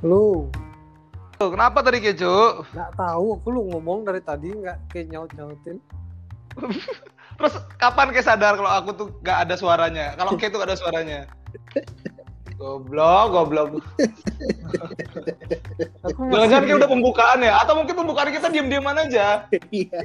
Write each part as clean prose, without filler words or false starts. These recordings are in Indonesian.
Lu Kenapa tadi Kecu? nggak tahu, aku lu ngomong dari tadi nggak kayak nyaut-nyautin. Terus kapan Ke sadar kalau aku tuh gak ada suaranya? Kalau Ke tuh gak ada suaranya? Goblok. Aku Jangan-jangan Ke udah pembukaan ya? Atau mungkin pembukaan kita diem-dieman aja? Iya.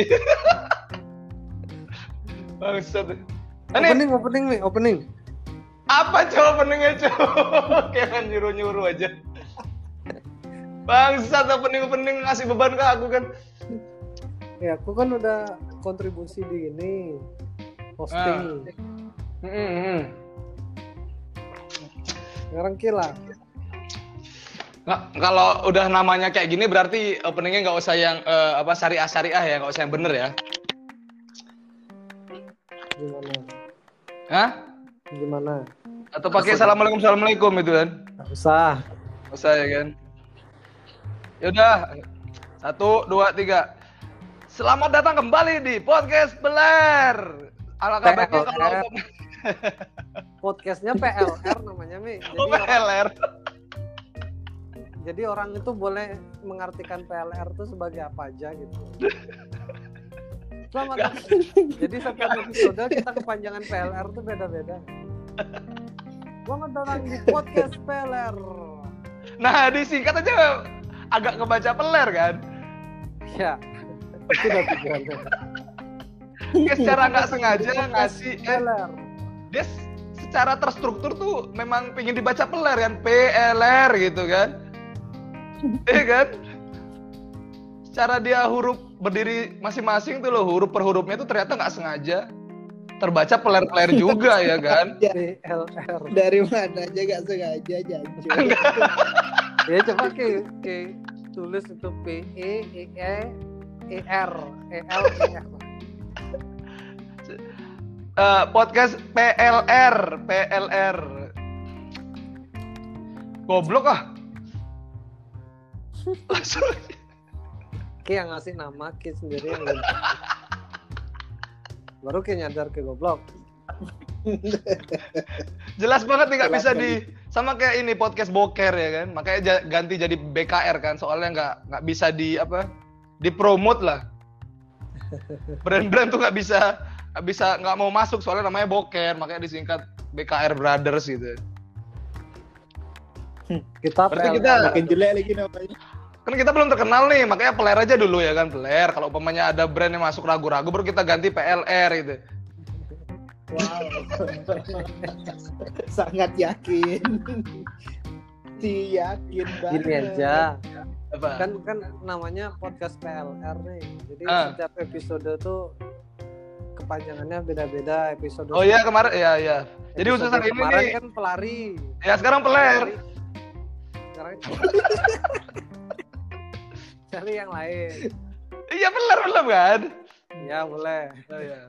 Bangsat. Ini Opening. apa coba openingnya coba? Kayak nyuruh-nyuruh aja. Bangsat opening ngasih beban ke aku kan. Ya, aku kan udah kontribusi di ini hosting. Sekarang kira. Nggak, kalau udah namanya kayak gini berarti openingnya nggak usah yang syariah ya, nggak usah yang bener ya. Gimana? Hah? Gimana? Atau pakai assalamualaikum itu kan? Nggak usah. Nggak usah ya kan? Yaudah, 1, 2, 3. Selamat datang kembali di podcast Peler. Alangkah baiknya kalau Podcastnya PLR namanya, Mi. Peler. Jadi orang itu boleh mengartikan PLR itu sebagai apa aja gitu. Selamat datang. Jadi setiap episode kita kepanjangan PLR itu beda-beda. Selamat datang di podcast PLR. Nah, disingkat aja agak kebaca Peler kan? Ya, itu udah tujuannya. Dia secara nggak sengaja ngasih PLR. dia secara terstruktur tuh memang pengen dibaca Peler kan, PLR gitu kan. Iya kan? Secara dia huruf berdiri masing-masing tuh loh, huruf per hurufnya tuh ternyata nggak sengaja terbaca Peler-peler juga ya kan? Ya, PLR. dari mana aja gak sengaja jancur. Ya coba ke tulis itu PEEER EL. Podcast PLR. Goblok ah. Langsung. Ki yang ngasih nama, Ki sendiri yang ganti. Baru Ki nyadar ke goblok. Jelas banget nih nggak bisa sama kayak ini podcast boker ya kan, makanya ganti jadi BKR kan, soalnya nggak bisa dipromot lah. Brand-brand tuh nggak mau masuk soalnya namanya boker, makanya disingkat BKR Brothers gitu. Berarti kita makin jelek lagi namanya. kan kita belum terkenal nih, makanya Peler aja dulu ya kan, Peler. Kalau umpamanya ada brand yang masuk ragu-ragu baru kita ganti PLR gitu. Wow. Sangat yakin. Yakin banget. Gini aja. Apa? Kan namanya podcast PLR nih. Jadi setiap episode tuh kepanjangannya beda-beda episode. Oh iya kemarin ya. Jadi Episode khusus hari ini kemarin nih. Kan pelari. Ya sekarang Peler. Sekarang cari yang lain. Iya Peler belum kan? Ya boleh. Oh iya.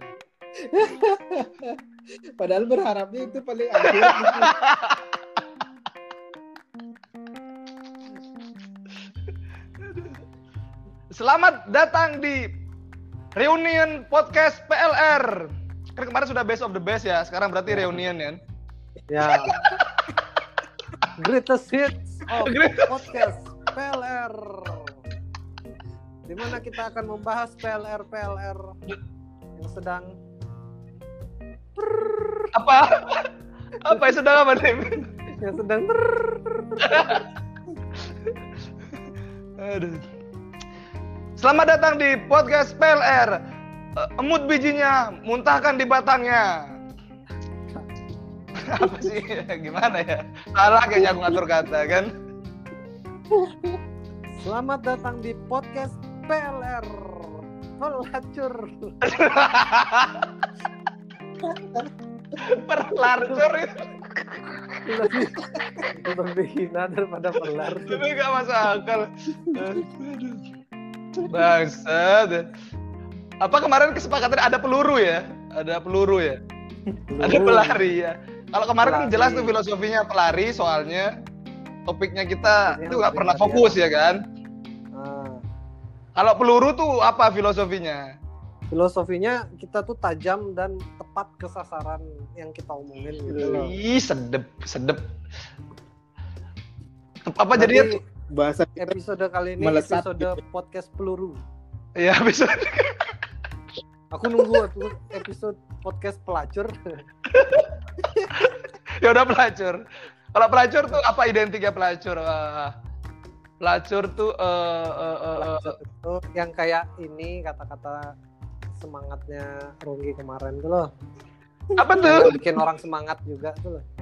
Padahal berharapnya itu paling akhir gitu. Selamat datang di reunion podcast PLR. Kan kemarin sudah best of the best ya, sekarang berarti reunion kan? Ya. Greatest hits of podcast PLR. Di mana kita akan membahas PLR yang sedang Apa yang sedang apa nih? yang sedang Aduh. Selamat datang di podcast PLR. Emut bijinya, muntahkan di batangnya. Apa sih? Gimana ya? Salah kayaknya aku ngatur kata kan. Selamat datang di podcast PLR. Pelacur. Perlarcur itu. Lebih hina daripada pelar. Tapi gak masuk akal. Bangsat. Apa kemarin kesepakatan ada peluru ya? Ada peluru ya? Ada pelari ya. Kalau kemarin kan jelas tuh filosofinya pelari, soalnya topiknya kita itu gak pernah fokus ya kan? Kalau peluru tuh apa filosofinya? Filosofinya kita tuh tajam dan tepat ke sasaran yang kita omongin gitu loh. Ih, sedep. Apa Berarti jadinya tuh? Bahasa kita episode kali ini melesat episode podcast peluru. Ya bisa. Aku nunggu episode podcast pelacur. Ya udah pelacur. Kalau pelacur tuh apa identiknya pelacur? Pelacur tuh Pelacur itu yang kayak ini kata-kata semangatnya Runggi kemarin tuh loh. apa tuh? Yang bikin orang semangat juga tuh loh.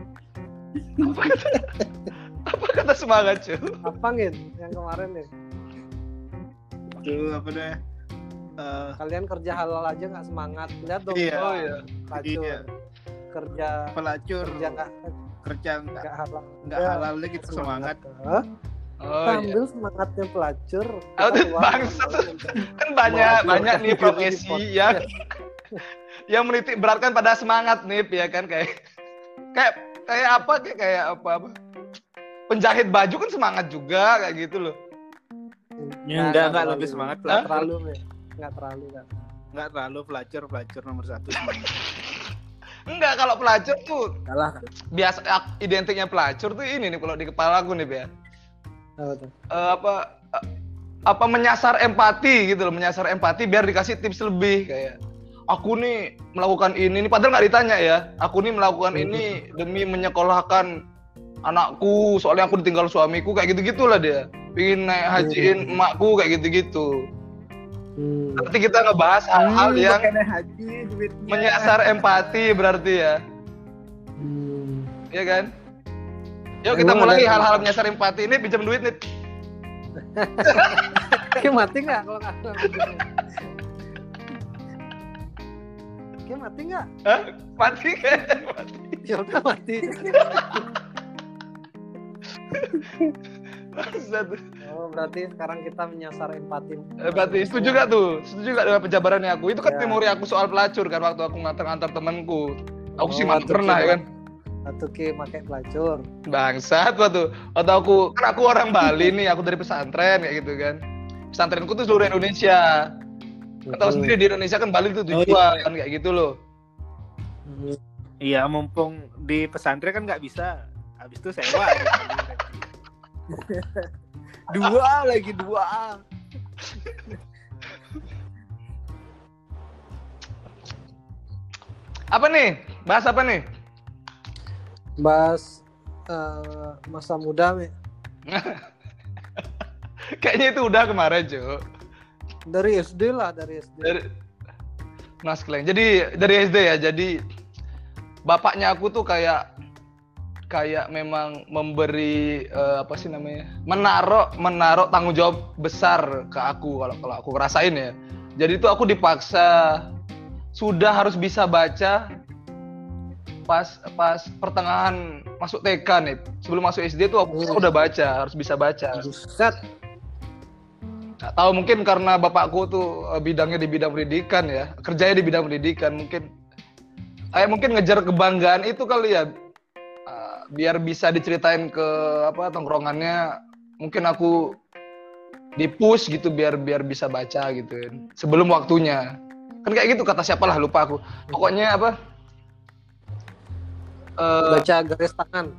Apa kata semangat cuy? Apa Ngin yang kemarin nih? itu apa deh? Kalian kerja halal aja nggak semangat. Lihat dong. Iya. Oh iya. Pelacur. Iya. Kerja Pelacur kerja kerja nggak halal. nggak halal lagi kita semangat. Hah? Oh iya. Sambil semangatnya pelacur. Oh, kita itu keluar bangsat. halal. Kan banyak nih Di profesi podcast. yang menitik beratkan pada semangat nih ya kan kayak apa penjahit baju kan semangat juga kayak gitu loh. Ya, Nggak enggak terlalu. lebih semangat Nggak pelacur. terlalu nih. Nggak terlalu. Nggak terlalu pelacur nomor 1 semangat. Enggak, kalau pelacur tuh Kalah. biasa identiknya pelacur tuh ini nih kalau di kepala aku nih ya. Apa tuh? Apa menyasar empati gitu loh, menyasar empati biar dikasih tips lebih kayak aku nih melakukan ini padahal nggak ditanya ya. Aku nih melakukan ini demi menyekolahkan anakku, soalnya aku ditinggal suamiku kayak gitu-gitulah dia. Pingin naik hajiin emakku kayak gitu-gitu. Berarti kita ngebahas hal-hal yang pakai haji duitnya. menyasar empati berarti ya. Iya kan? Yuk kita Emang mulai ada- hal-hal menyasar empati ini pinjam duit nih. Kayak mati nggak kalau nggak? Kayak mati nggak? Hah? Mati kan? Mati. Ya udah mati. Bangsat. Oh berarti sekarang kita menyasar empati. Berarti setuju gak tuh? Setuju gak dengan penjabarannya aku? Itu kan Ya. memori aku soal pelacur kan waktu aku ngantar-ngantar temanku. Aku sih Oh, mana waktu pernah kita- ya kan. Atau ke pakai pelacur. Bangsat waktu aku kan aku orang Bali nih, aku dari pesantren kayak gitu kan. Pesantrenku tuh seluruh Indonesia. Kan tahu sendiri di Indonesia kan Bali tuh Oh, tujuan iya. kan kayak gitu loh. Iya, mumpung di pesantren kan nggak bisa. Habis itu sewa. dua. Apa nih? Bahas apa nih? Bahas masa muda, Mi. Kayaknya itu udah kemarin, Cuk. Dari SD lah, dari SD. Dari Mas Kleng. Jadi dari SD ya. Jadi bapaknya aku tuh kayak memang memberi apa sih namanya? Menaruh tanggung jawab besar ke aku kalau aku ngerasain ya. Jadi itu aku dipaksa sudah harus bisa baca pas pertengahan masuk TK nih. Sebelum masuk SD tuh aku udah baca, harus bisa baca. Buset. Nggak tahu mungkin karena bapakku tuh bidangnya di bidang pendidikan ya, kerjanya di bidang pendidikan mungkin ngejar kebanggaan itu kali ya, biar bisa diceritain ke tongkrongannya, mungkin aku di-push gitu biar bisa baca gitu sebelum waktunya kan kayak gitu kata siapa lah lupa aku pokoknya Baca garis tangan.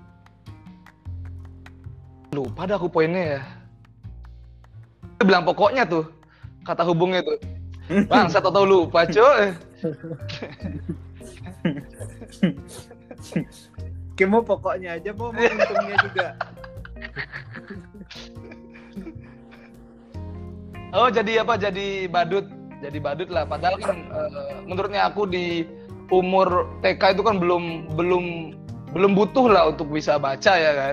lupa dah aku poinnya ya. Dia bilang pokoknya tuh kata hubungnya tuh bang saya tahu lupa coy. Kamu pokoknya aja mau untungnya juga. Oh jadi badut lah padahal kan menurutnya aku di umur TK itu kan belum butuh lah untuk bisa baca ya kan.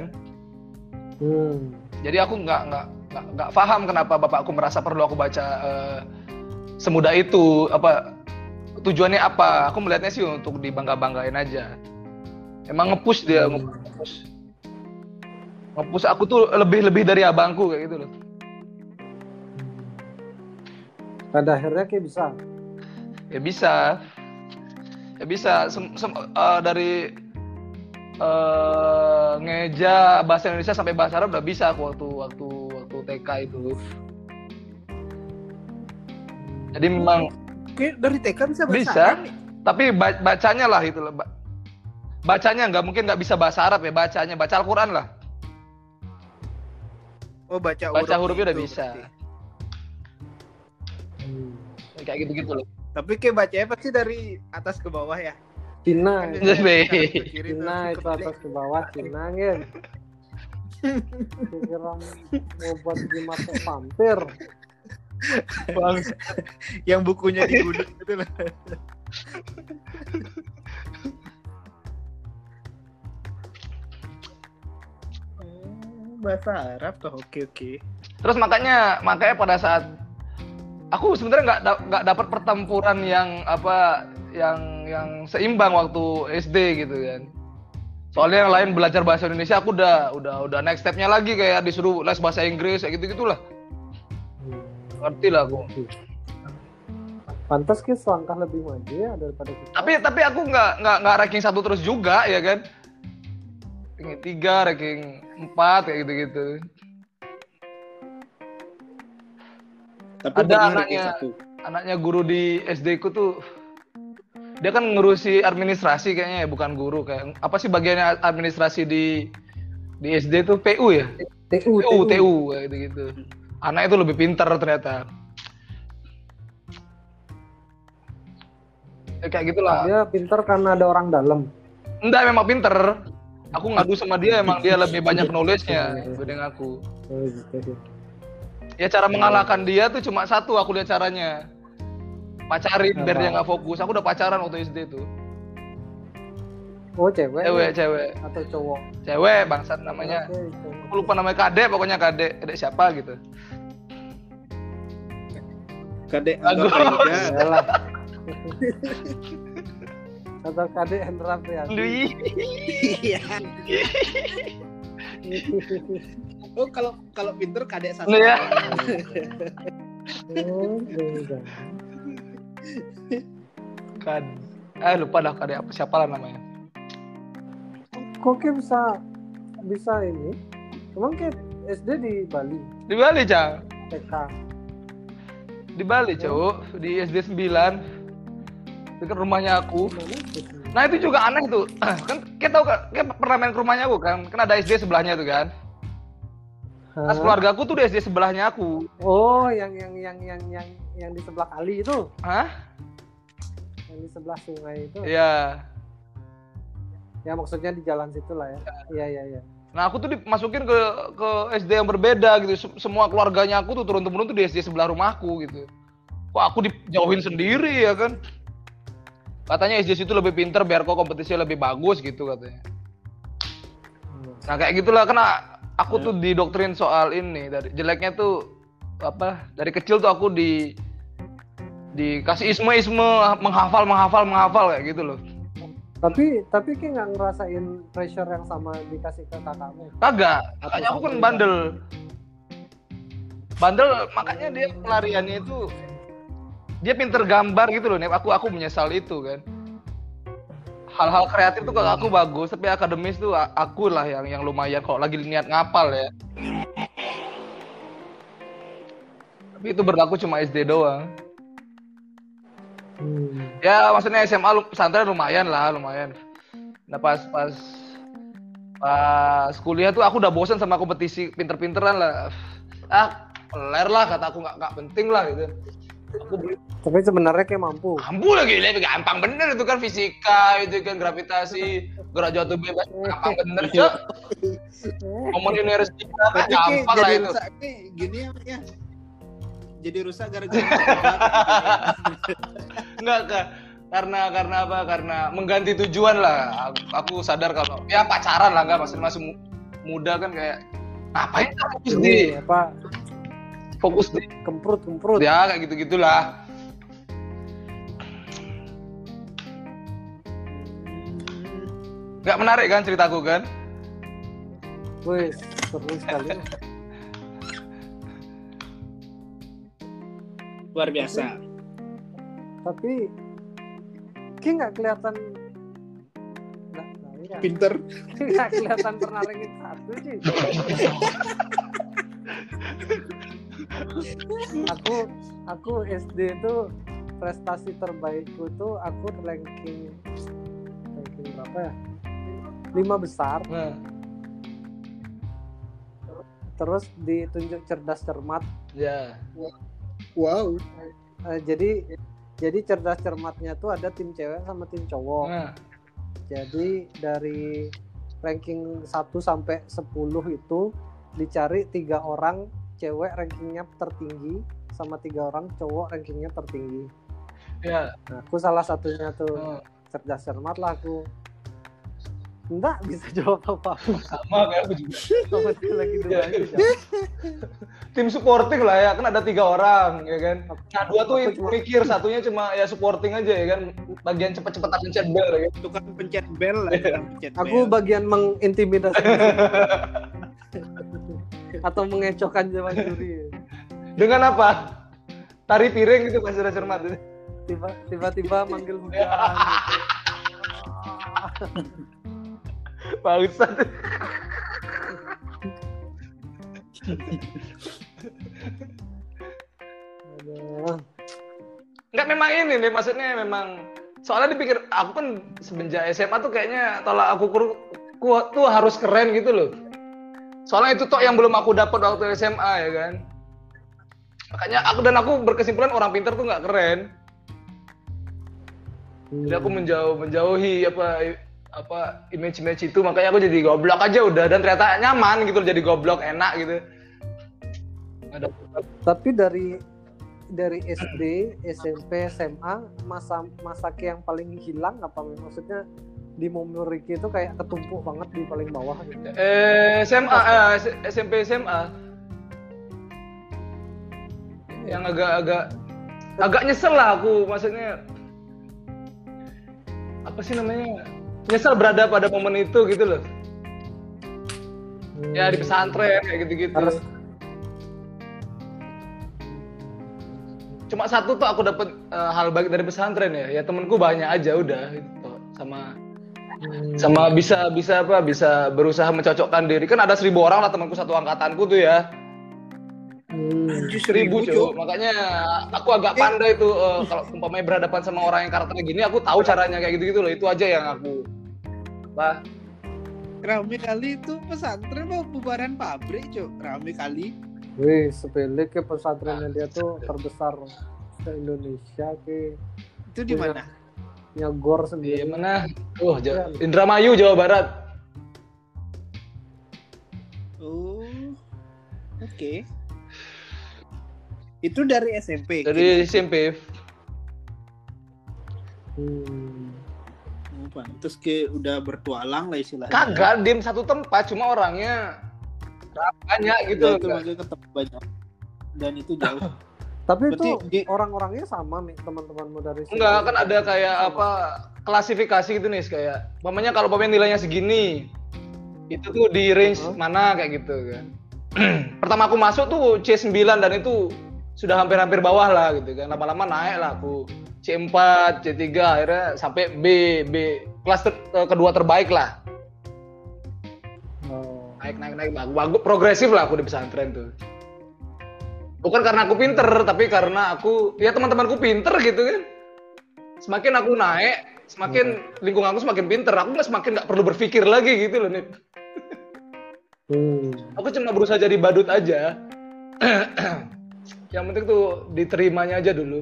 Jadi aku nggak paham kenapa bapakku merasa perlu aku baca semudah itu, tujuannya apa. Aku melihatnya sih untuk dibangga-banggain aja. Emang nge-push dia, nge-push aku tuh lebih dari abangku kayak gitu loh. Pada akhirnya kayak bisa. Ya bisa. Dari ngeja bahasa Indonesia sampai bahasa Arab udah bisa aku waktu TK itu. Jadi memang Oke, dari TK bisa bahasa bisa, Arab nih? tapi bacanya lah itu loh. Bacanya nggak bisa bahasa Arab ya, baca Al-Quran lah. Oh, baca hurufnya udah itu bisa. berarti. Kayak gitu-gitu loh. Tapi kayak bacanya pasti dari atas ke bawah ya. Cina, Kan itu. biasanya Be. kanan ke kiri, Cina terus itu kebalik. atas ke bawah, Cina kan. Kira mau buat jimat vampir. Bang. Yang bukunya di gunung itu lah. Bahasa Arab toh, oke. Terus makanya pada saat aku sebenarnya nggak dapat pertempuran yang yang seimbang waktu SD gitu kan. Soalnya yang lain belajar bahasa Indonesia, aku udah next stepnya lagi kayak disuruh les bahasa Inggris kayak gitu-gitulah. Ngerti lah aku. Pantas Kis langkah lebih maju ya daripada kita. Tapi aku nggak ranking 1 terus juga ya kan. Ranking 3, ranking 4 kayak gitu-gitu. Tapi Ada pernah ranking 1. anaknya guru di SD ku tuh, dia kan ngurusi administrasi kayaknya ya, bukan guru. Kayak apa sih bagiannya administrasi di SD tuh? PU ya? TU. kayak gitu. Anak itu lebih pintar ternyata. Ya, kayak gitulah. Dia pintar karena ada orang dalam. Enggak, memang pintar. Aku ngadu sama dia, emang dia lebih banyak knowledge-nya dibanding aku. Oh, gitu. Ya cara mengalahkan dia tuh cuma satu, aku lihat caranya. Pacarin biar dia nggak fokus. Aku udah pacaran waktu SD tuh. Oh, cewek. Cewek. Atau cowok? Cewek bangsat namanya. Oke. Aku lupa namanya, Kadek pokoknya, Kadek siapa gitu. Kadek Bagus. Angga Aida. Yalah. Atau Kadek Hendra Priadi. Dui. Iya. Oh, kalau pinter Kadek satu. Iya. Oh, enggak. Lupa dah Kadek apa, siapa lah namanya. Kok Ki bisa ini? Emang Ki SD di Bali, Di Bali, Cang. TK. Di Bali, Cuk. Di SD 9. Dekat rumahnya aku. Mana sih? Nah, itu juga aneh tuh. Kan kita tahu kan, kita pernah main ke rumahnya aku kan. Kan ada SD sebelahnya tuh kan. Pas Hah? keluarga aku tuh di SD sebelahnya aku. Oh, yang di sebelah kali itu, Hah? yang di sebelah sungai itu. Iya. Ya maksudnya di jalan situ lah ya. Iya. Nah, aku tuh dimasukin ke SD yang berbeda gitu. Semua keluarganya aku tuh turun-temurun tuh di SD sebelah rumahku gitu. Kok aku dijauhin sendiri ya kan? Katanya SD situ lebih pinter biar kok kompetisinya lebih bagus gitu katanya. Nah, kayak gitulah, karena aku tuh didoktrin soal ini. Dari jeleknya tuh apa? Dari kecil tuh aku dikasih isme menghafal kayak gitu loh. Tapi Ki nggak ngerasain pressure yang sama dikasih ke kakakmu? Kagak, makanya aku kan bandel, makanya dia pelariannya itu dia pinter gambar gitu loh. Aku menyesal itu kan. Hal-hal kreatif tuh kalau aku bagus, tapi akademis tuh aku lah yang lumayan kalau lagi niat ngapal ya. Tapi itu berlaku cuma SD doang. Ya maksudnya SMA pesantren lumayan. Nah pas kuliah tuh aku udah bosan sama kompetisi pinter-pinteran lah. Peler lah, kata aku nggak penting lah gitu. Aku beli. Tapi sebenarnya Ki mampu. Mampu lagi, gampang bener itu kan, fisika itu kan, gravitasi, gerak jatuh bebas, gampang bener Cok. Nomor universitas kan gampang lah itu. Rusak, gini ya. Jadi rusak gara-gara Enggak Kak. Karena apa? Karena mengganti tujuan lah. Aku sadar kalau ya pacaran lah, enggak masih muda kan, kayak ngapain fokus di apa? Fokus di Kemprut. ya kayak gitu-gitulah. Enggak menarik kan ceritaku kan? Wih, seru sekali. luar biasa. Tapi Ki nggak kelihatan Pinter. nggak kelihatan pernah ranking 1 sih. aku SD itu prestasi terbaikku tuh aku ranking berapa ya? 5 besar. Nah. terus ditunjuk cerdas cermat. Ya. Wow. Jadi cerdas cermatnya tuh ada tim cewek sama tim cowok. Nah. Jadi dari ranking 1 sampai 10 itu dicari 3 orang cewek rankingnya tertinggi sama 3 orang cowok rankingnya tertinggi. Ya. Nah, aku salah satunya tuh Oh. cerdas cermat lah aku. Enggak bisa jawab apa-apa. Sama kayak aku juga. Sama dia lagi dua Ya, aja. ya. Tim supporting lah ya, kan ada 3 orang ya kan. Nah 2 tuh mikir, satunya cuma ya supporting aja ya kan. Bagian cepet-cepetan pencet bel ya kan. Tukang pencet bel lah, tukang pencet bel. Aku bagian mengintimidasi atau mengecohkan jawab juri. Dengan apa? Tari piring gitu Mas Cerdas Cermat. Tiba-tiba manggil hujan gitu. Bangsat. Aduh. Enggak, memang ini nih, maksudnya memang soalnya dipikir aku kan semenjak SMA tuh kayaknya tolak aku tuh harus keren gitu loh. Soalnya itu toh yang belum aku dapat waktu SMA ya kan. Makanya aku berkesimpulan orang pintar tuh nggak keren. Jadi aku menjauhi apa image itu, makanya aku jadi goblok aja udah, dan ternyata nyaman gitu jadi goblok, enak gitu. Ada. Tapi dari SD, SMP, SMA masa yang paling hilang apa maksudnya di memori itu kayak ketumpuk banget di paling bawah gitu. SMP SMA yang agak nyesel lah aku, maksudnya apa sih namanya, nyesel berada pada momen itu gitu loh. Ya di pesantren kayak gitu-gitu. Cuma satu tuh aku dapat hal baik dari pesantren ya temenku banyak aja udah gitu, sama bisa berusaha mencocokkan diri. Kan ada 1.000 orang lah temanku satu angkatanku tuh ya. 1.000 cuy. Makanya aku agak pandai tuh kalau umpamanya berhadapan sama orang yang karakternya gini, aku tahu caranya kayak gitu-gitu loh. Itu aja yang aku Rame kali itu pesantren mau bubaran pabrik, Cuk. Rame kali. Wih, sepele ke pesantrennya dia tuh terbesar se Indonesia ke. Itu di mana? Ya gor Di sendiri. mana? Indramayu, Jawa Barat. Oh. Oke. Itu dari SMP. Dari SMP. Terus udah bertualang lah istilahnya. Kagak dim satu tempat, cuma orangnya banyak gitu. Ya, itu maksudnya ketemu banyak. Dan itu jauh. Tapi Berarti itu orang-orangnya sama nih teman-temanmu dari sini. Enggak, kan ada kayak apa klasifikasi gitu nih, kayak umpamanya kalau nilainya segini, itu tuh di range mana kayak gitu kan. Pertama aku masuk tuh C9 dan itu sudah hampir-hampir bawah lah gitu kan. Lama-lama naik lah aku C4, C3, akhirnya sampai B kelas kedua terbaik lah. Naik bagus, progresif lah aku di pesantren tuh. Bukan karena aku pinter, tapi karena teman-temanku pinter gitu kan. Semakin aku naik, semakin lingkungan aku semakin pinter, aku semakin nggak perlu berpikir lagi gitu loh nih. Aku cuma berusaha jadi badut aja. Yang penting tuh diterimanya aja dulu.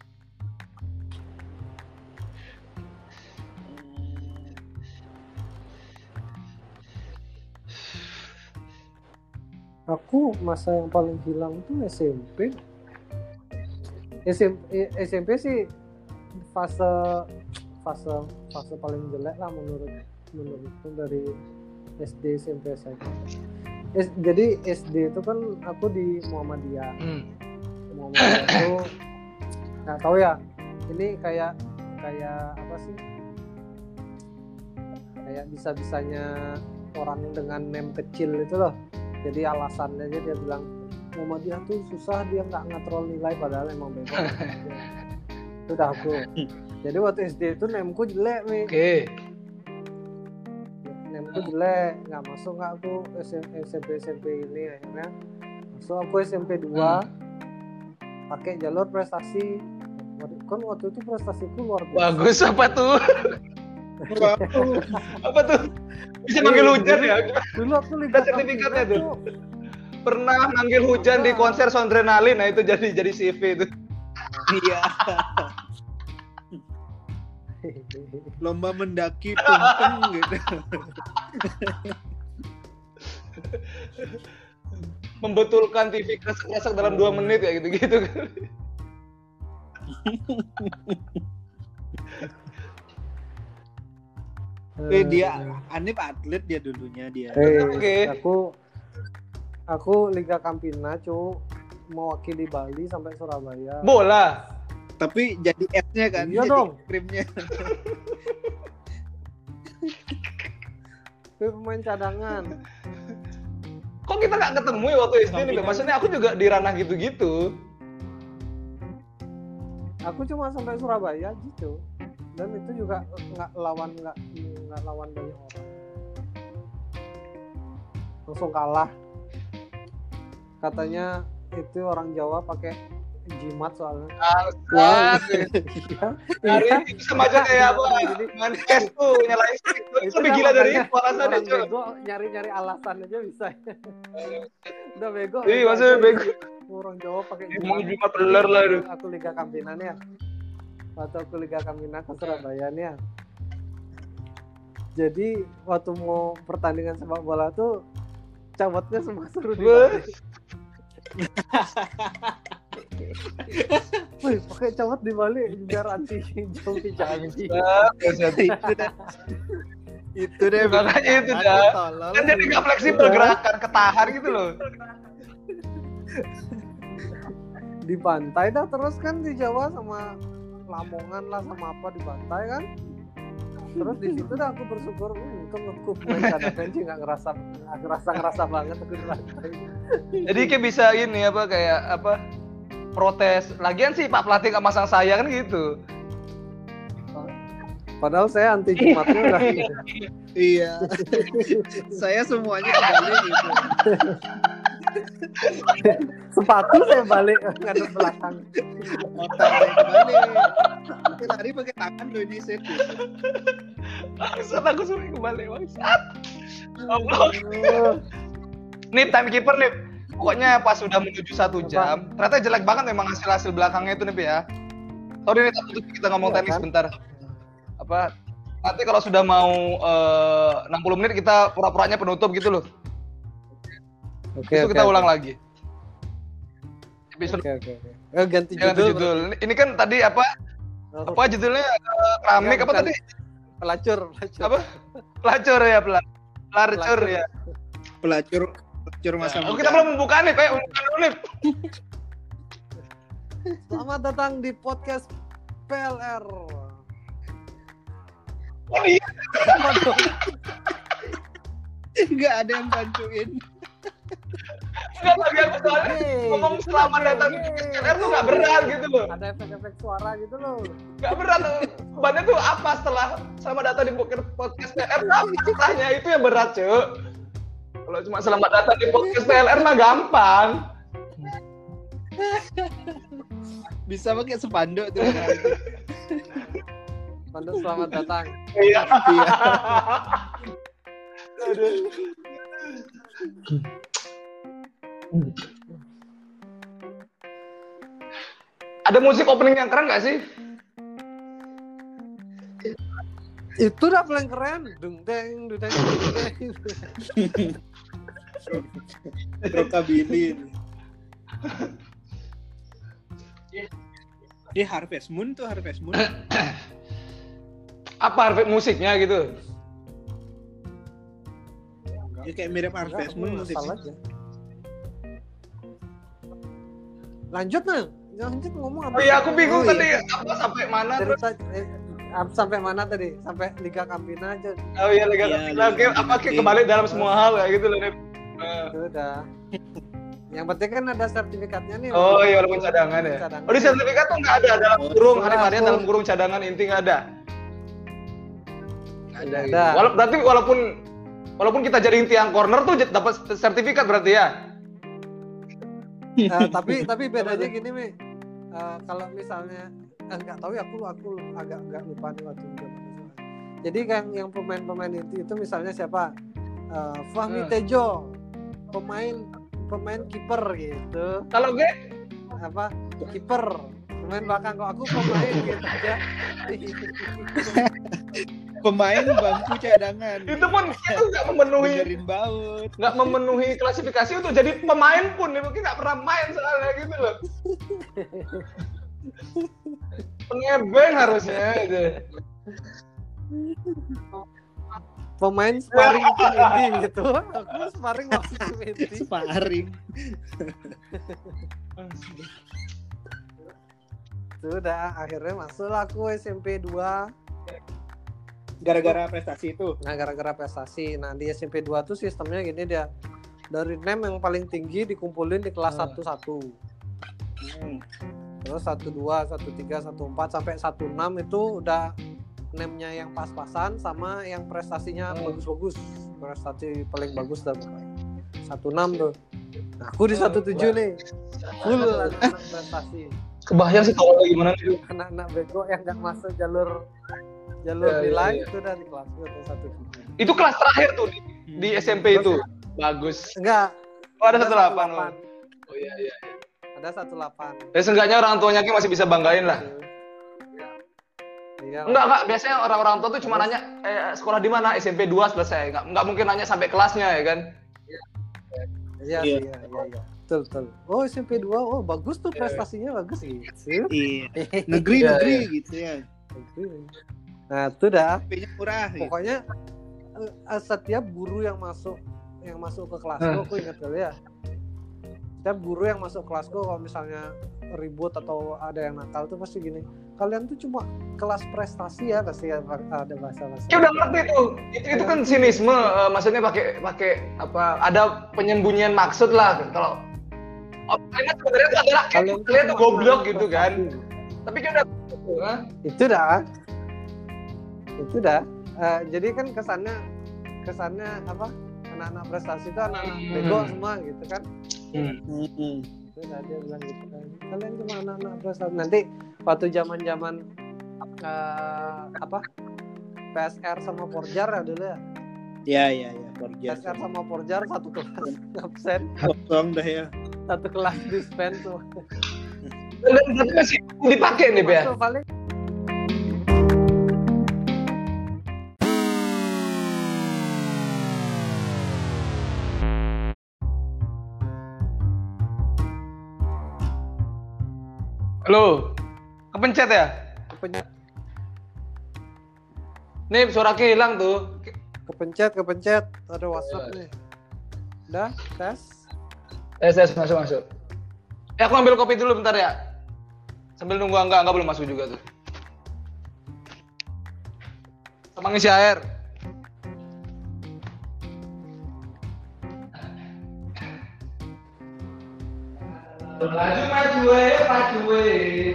Aku masa yang paling hilang tuh SMP. SMP sih fase paling jelek lah menurutku dari SD, SMP, SMA. Jadi SD itu kan aku di Muhammadiyah. Muhammadiyah itu nggak tahu ya. Ini kayak apa sih? Kayak bisa-bisanya orang dengan name kecil itu loh. Jadi alasannya aja dia bilang Muhammadiyah tuh susah, dia nggak ngatrol nilai padahal emang bego. Itu udah aku. Jadi waktu SD itu name-ku jelek nih. Oke. Name-ku jelek, nggak masuk nggak aku SMP ini. Akhirnya masuk aku SMP 2 pakai jalur prestasi. Kan waktu itu prestasiku luar biasa. Bagus, apa tuh? Apa tuh? Bisa manggil hujan ya? Dulu aku Ada sertifikatnya tuh. Pernah manggil hujan di konser Sondrenalin, nah itu jadi CV itu. Iya. Lomba mendaki tumpeng gitu. Membetulkan TV kresek-kresek dalam 2 menit ya gitu-gitu kan. Dia Anip atlet dia dulunya dia. Oke. Aku Liga Campina, mewakili Bali sampai Surabaya. Bola. Tapi jadi S-nya kan, Iya jadi dong. krimnya. Pemain cadangan. Kok kita nggak ketemu ya waktu SD nih? Maksudnya aku juga di ranah gitu-gitu. Aku cuma sampai Surabaya gitu. Dan itu juga nggak lawan banyak orang. Langsung kalah. Katanya itu orang Jawa pakai jimat soalnya. Wah, hari Iya. itu sama aja kayak apa? Main PS tuh nyalain stick tuh. Itu lebih gila dari itu alasannya, orang cuy. bego nyari alasan aja bisa. Udah bego. Iya, maksudnya bego. Orang Jawa pakai Emang jimat beler lah itu. Aku Liga Campina nih ya. Waktu aku Liga Campina ke Surabaya nih ya. Jadi waktu mau pertandingan sepak bola tuh cabutnya semua suruh di Bali. Wih, pakai cabut di Bali biar anti jongki janji. Itu deh Makanya itu dah. Kan jadi nggak fleksibel gerakan, ketahan gitu loh. Di pantai dah terus kan di Jawa sama Lamongan lah sama apa di pantai kan. Terus di situ dah aku bersyukur untung aku main cadangan sih nggak ngerasa banget aku di pantai. Jadi kayak bisa ini apa kayak apa protes. Lagian sih Pak pelatih nggak masang saya kan gitu. Padahal saya anti jimatnya udah. Iya. Saya semuanya kembali gitu. Sepatu saya balik ngadep belakang. Otak saya kembali. Tapi lari pakai tangan tuh ini set. Bangsat aku suruh kembali bangsat. Allah. Nih timekeeper nih. Pokoknya pas sudah menuju 1 jam, ternyata jelek banget memang hasil belakangnya itu nih ya. Sorry nih kita ngomong tenis sebentar. Apa nanti kalau sudah mau 60 menit kita pura-puranya penutup gitu loh. Oke. Itu kita ulang lagi. Episode Oke. Ganti judul. Ini kan tadi apa? Apa judulnya? Keramik apa tadi? Pelacur. Apa? Pelacur ya, pelacur ya. Pelacur masa muda. Kita belum membuka nih, kayak unip. Selamat datang di podcast PLR. Oh iya. Enggak ada yang bantuin. Enggak lagi aku soalnya ngomong selamat datang di PLR tuh nggak berat gitu loh. Ada efek-efek suara gitu loh. Nggak berat. Bebannya tuh apa setelah selamat datang di podcast PLR? Apa itu yang berat, Cuk? Kalau cuma selamat datang di podcast PLR mah gampang. Bisa pakai spanduk tuh. Spanduk selamat datang. Iya. Ada musik opening yang keren nggak sih? Itu udah paling keren. Dung deng. Rockabilly. Dia Harvest Moon. Apa Harvest musiknya gitu? Ya kayak mirip Harvest Moon musiknya. Lanjut ngomong apa? Oh iya, aku bingung tadi apa sampai mana terus? Sampai mana tadi? Sampai Liga Campina aja. Oh iya, Liga Campina. Oke, apa kebalik dalam semua hal kayak gitu loh, Nip. Itu udah. Yang penting kan ada sertifikatnya nih. Oh iya, walaupun cadangan ya. Oh di sertifikat tuh nggak ada dalam kurung hari-harian dalam kurung cadangan inti nggak ada. Nggak ada. Gitu. Berarti walaupun kita jadi inti yang corner tuh dapat sertifikat berarti ya. Tapi bedanya gini Mi. Kalau misalnya nggak tahu ya aku agak nggak lupa nih waktu itu. Jadi kan yang pemain-pemain itu misalnya siapa? Fahmi Tejo, pemain pemain kiper gitu. Kalau gue Apa? Kiper. Pemain belakang, kok aku pemain gitu aja. Pemain bangku cadangan. itu pun itu nggak memenuhi Benerin baut. klasifikasi untuk jadi pemain pun, dia mungkin nggak pernah main soalnya gitu loh. Pengebeng harusnya gitu. Pemain sparring tim inti gitu. Aku sparring waktu tim inti. Sparring. Sudah, akhirnya masuklah aku SMP 2. Gara-gara prestasi itu. Nah, gara-gara prestasi. Nah, di SMP 2 tuh sistemnya gini dia. Dari NEM yang paling tinggi dikumpulin di kelas 1-1. Terus 1-2, 1-3, 1-4 sampai 1-6 itu udah NEM-nya yang pas-pasan sama yang prestasinya bagus-bagus. Prestasi paling bagus dan 1-6 tuh. Nah, aku di 1-7 nih. Full anak-anak prestasi. Kebayang sih kalau gimana nih. Anak-anak bego yang nggak masuk jalur nilai itu udah di kelas gue tuh 1-7. Itu kelas terakhir tuh di SMP itu. Bagus. Enggak. Oh, ada 1-8. Oh iya. Ada 1-8. Ya seenggaknya orang tuanya Ki masih bisa banggain lah. Iya. Enggak, biasanya orang tua tuh cuma nanya sekolah di mana, SMP 2 selesai. Enggak mungkin nanya sampai kelasnya ya kan. Iya. Betul. Oh, SMP 2. Oh, bagus tuh prestasinya bagus gitu. Iya. Negeri gitu ya. Nah, itu dah. HP-nya murah. Pokoknya setiap guru yang masuk ke kelasku, aku ingat kali ya. Setiap guru yang masuk kelasku kalau misalnya ribut atau ada yang nakal tuh pasti gini. Kalian tuh cuma kelas prestasi ya, pasti ada bahasa-bahasa. Ya udah ngerti tuh. Itu kan sinisme, maksudnya pakai apa? Ada penyembunyian maksud lah kalau kalian sebenarnya tuh adalah kalian tuh goblok gitu kan. Tapi kan udah itu dah. Jadi kan kesannya apa? Anak-anak prestasi itu anak-anak bego semua gitu kan. Itu dah dia bilang gitu kan. Kalian cuma anak-anak prestasi. Nanti waktu zaman apa? PSR sama Forjar ya dulu ya. Iya, Forjar. PSR sama Forjar satu kelas absen. Kosong dah ya. Satu kelas dispen tuh. Dan masih dipakai nih, ya. Paling Halo. Kepencet ya? kepencet Nih suara hilang tuh. ada WhatsApp nih. Udah, tes. Masuk. Aku ambil kopi dulu bentar ya. Sambil nunggu enggak belum masuk juga tuh. Sama ngisi air. Maju we.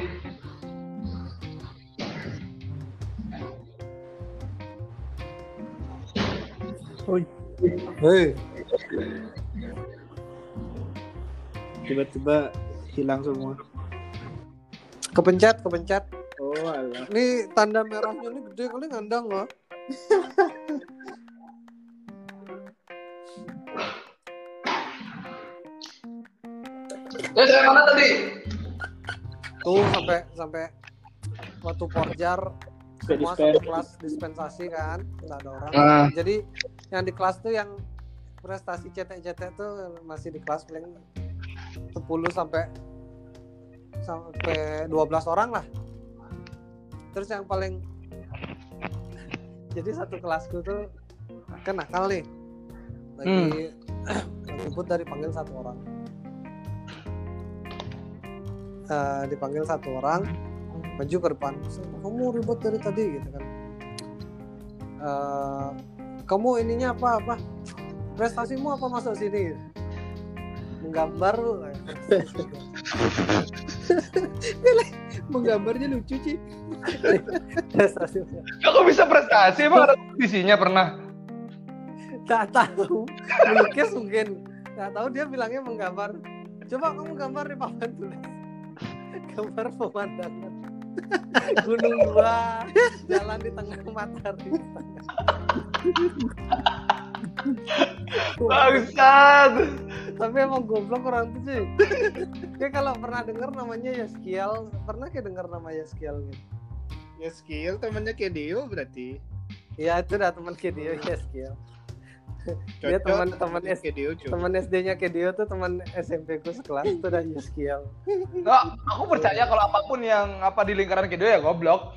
Hei, Tiba-tiba hilang semua. kepencet. Oh, alah. Ini tanda merahnya ini gede kali ngandang loh. Ya saya mana tadi? Tuh sampai waktu Forjar semua satu kelas dispensasi kan, nggak ada orang. Jadi yang di kelas tuh yang prestasi cetek-cetek tuh masih di kelas paling 10 sampai 12 orang lah. Terus yang paling jadi satu kelasku tuh kan nakal nih. Lagi ribut dari panggil satu orang. Dipanggil satu orang, maju ke depan. Kamu ribut dari tadi gitu kan. Kamu ininya apa? Prestasimu apa masuk sini? Menggambar lu. Menggambarnya lucu sih. Prestasi. Kok bisa prestasi? Emang ada kompetisinya pernah? Tak tahu. Melukis mungkin. Tak tahu dia bilangnya menggambar. Coba kamu gambar di papan tulis. Gambar pemandangan. Gunung Buah, jalan di tengah matahari. Bangsat. Tapi emang goblok orang tuh sih. Kayak kalau pernah denger namanya Yaskiel, pernah kayak denger nama Yaskiel gitu. Ya skill temannya Kedio berarti. Iya itu dah teman Kedio Yaskiel. Dia teman Kedio teman SD-nya Kedio tuh teman SMP ku sekelas tuh dah Yaskiel. Nah, aku percaya kalau apapun yang apa di lingkaran Kedo ya goblok.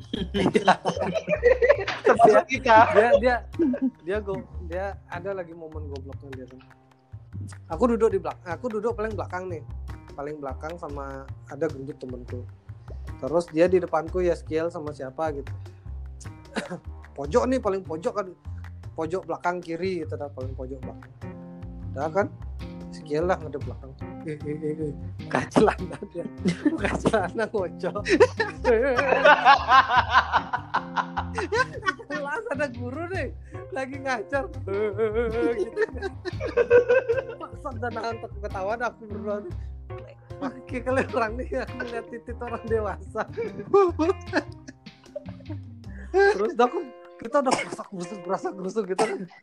Termasuk kita. Dia ada lagi momen gobloknya dia tuh. Aku duduk paling belakang sama ada gendut temenku. Terus dia di depanku Yaskiel sama siapa gitu. Pojok nih paling pojok kan. Pojok belakang kiri gitu dah paling pojok belakang. Dah kan? Yaskiel lah ngadep belakang. Buka celana dia. Buka celana ngocok. Kelas ada guru nih lagi ngajar. Gitu. Paksa dan nahan ketawa dah aku berdua. Pakai kalian orang nih aku ngeliat titik orang dewasa. Terus dah kita udah berasa gerusuk gitu.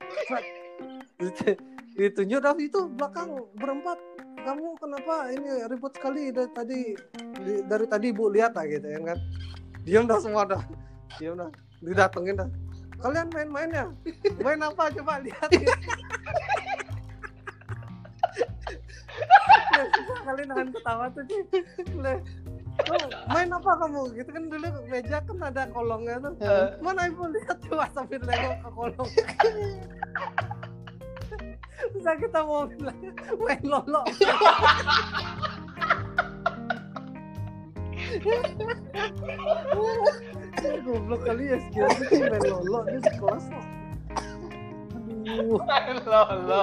Ditunjuk dah itu belakang berempat. Kamu kenapa ini ribut sekali dari tadi ibu lihat gitu ya kan? Diam dah semua dah. Diam dah. Didatengin dah. Kalian main-main ya? Main apa coba lihat. Kalian nahan ketawa tuh sih. Main apa kamu? Gitu kan dulu meja kan ada kolongnya tuh. Mana ibu lihat coba sambil nengok ke kolong. Bisa kita mau bilang main lolo. Goblok kali ya sekian sih main lolo di sekolah. Main lolo.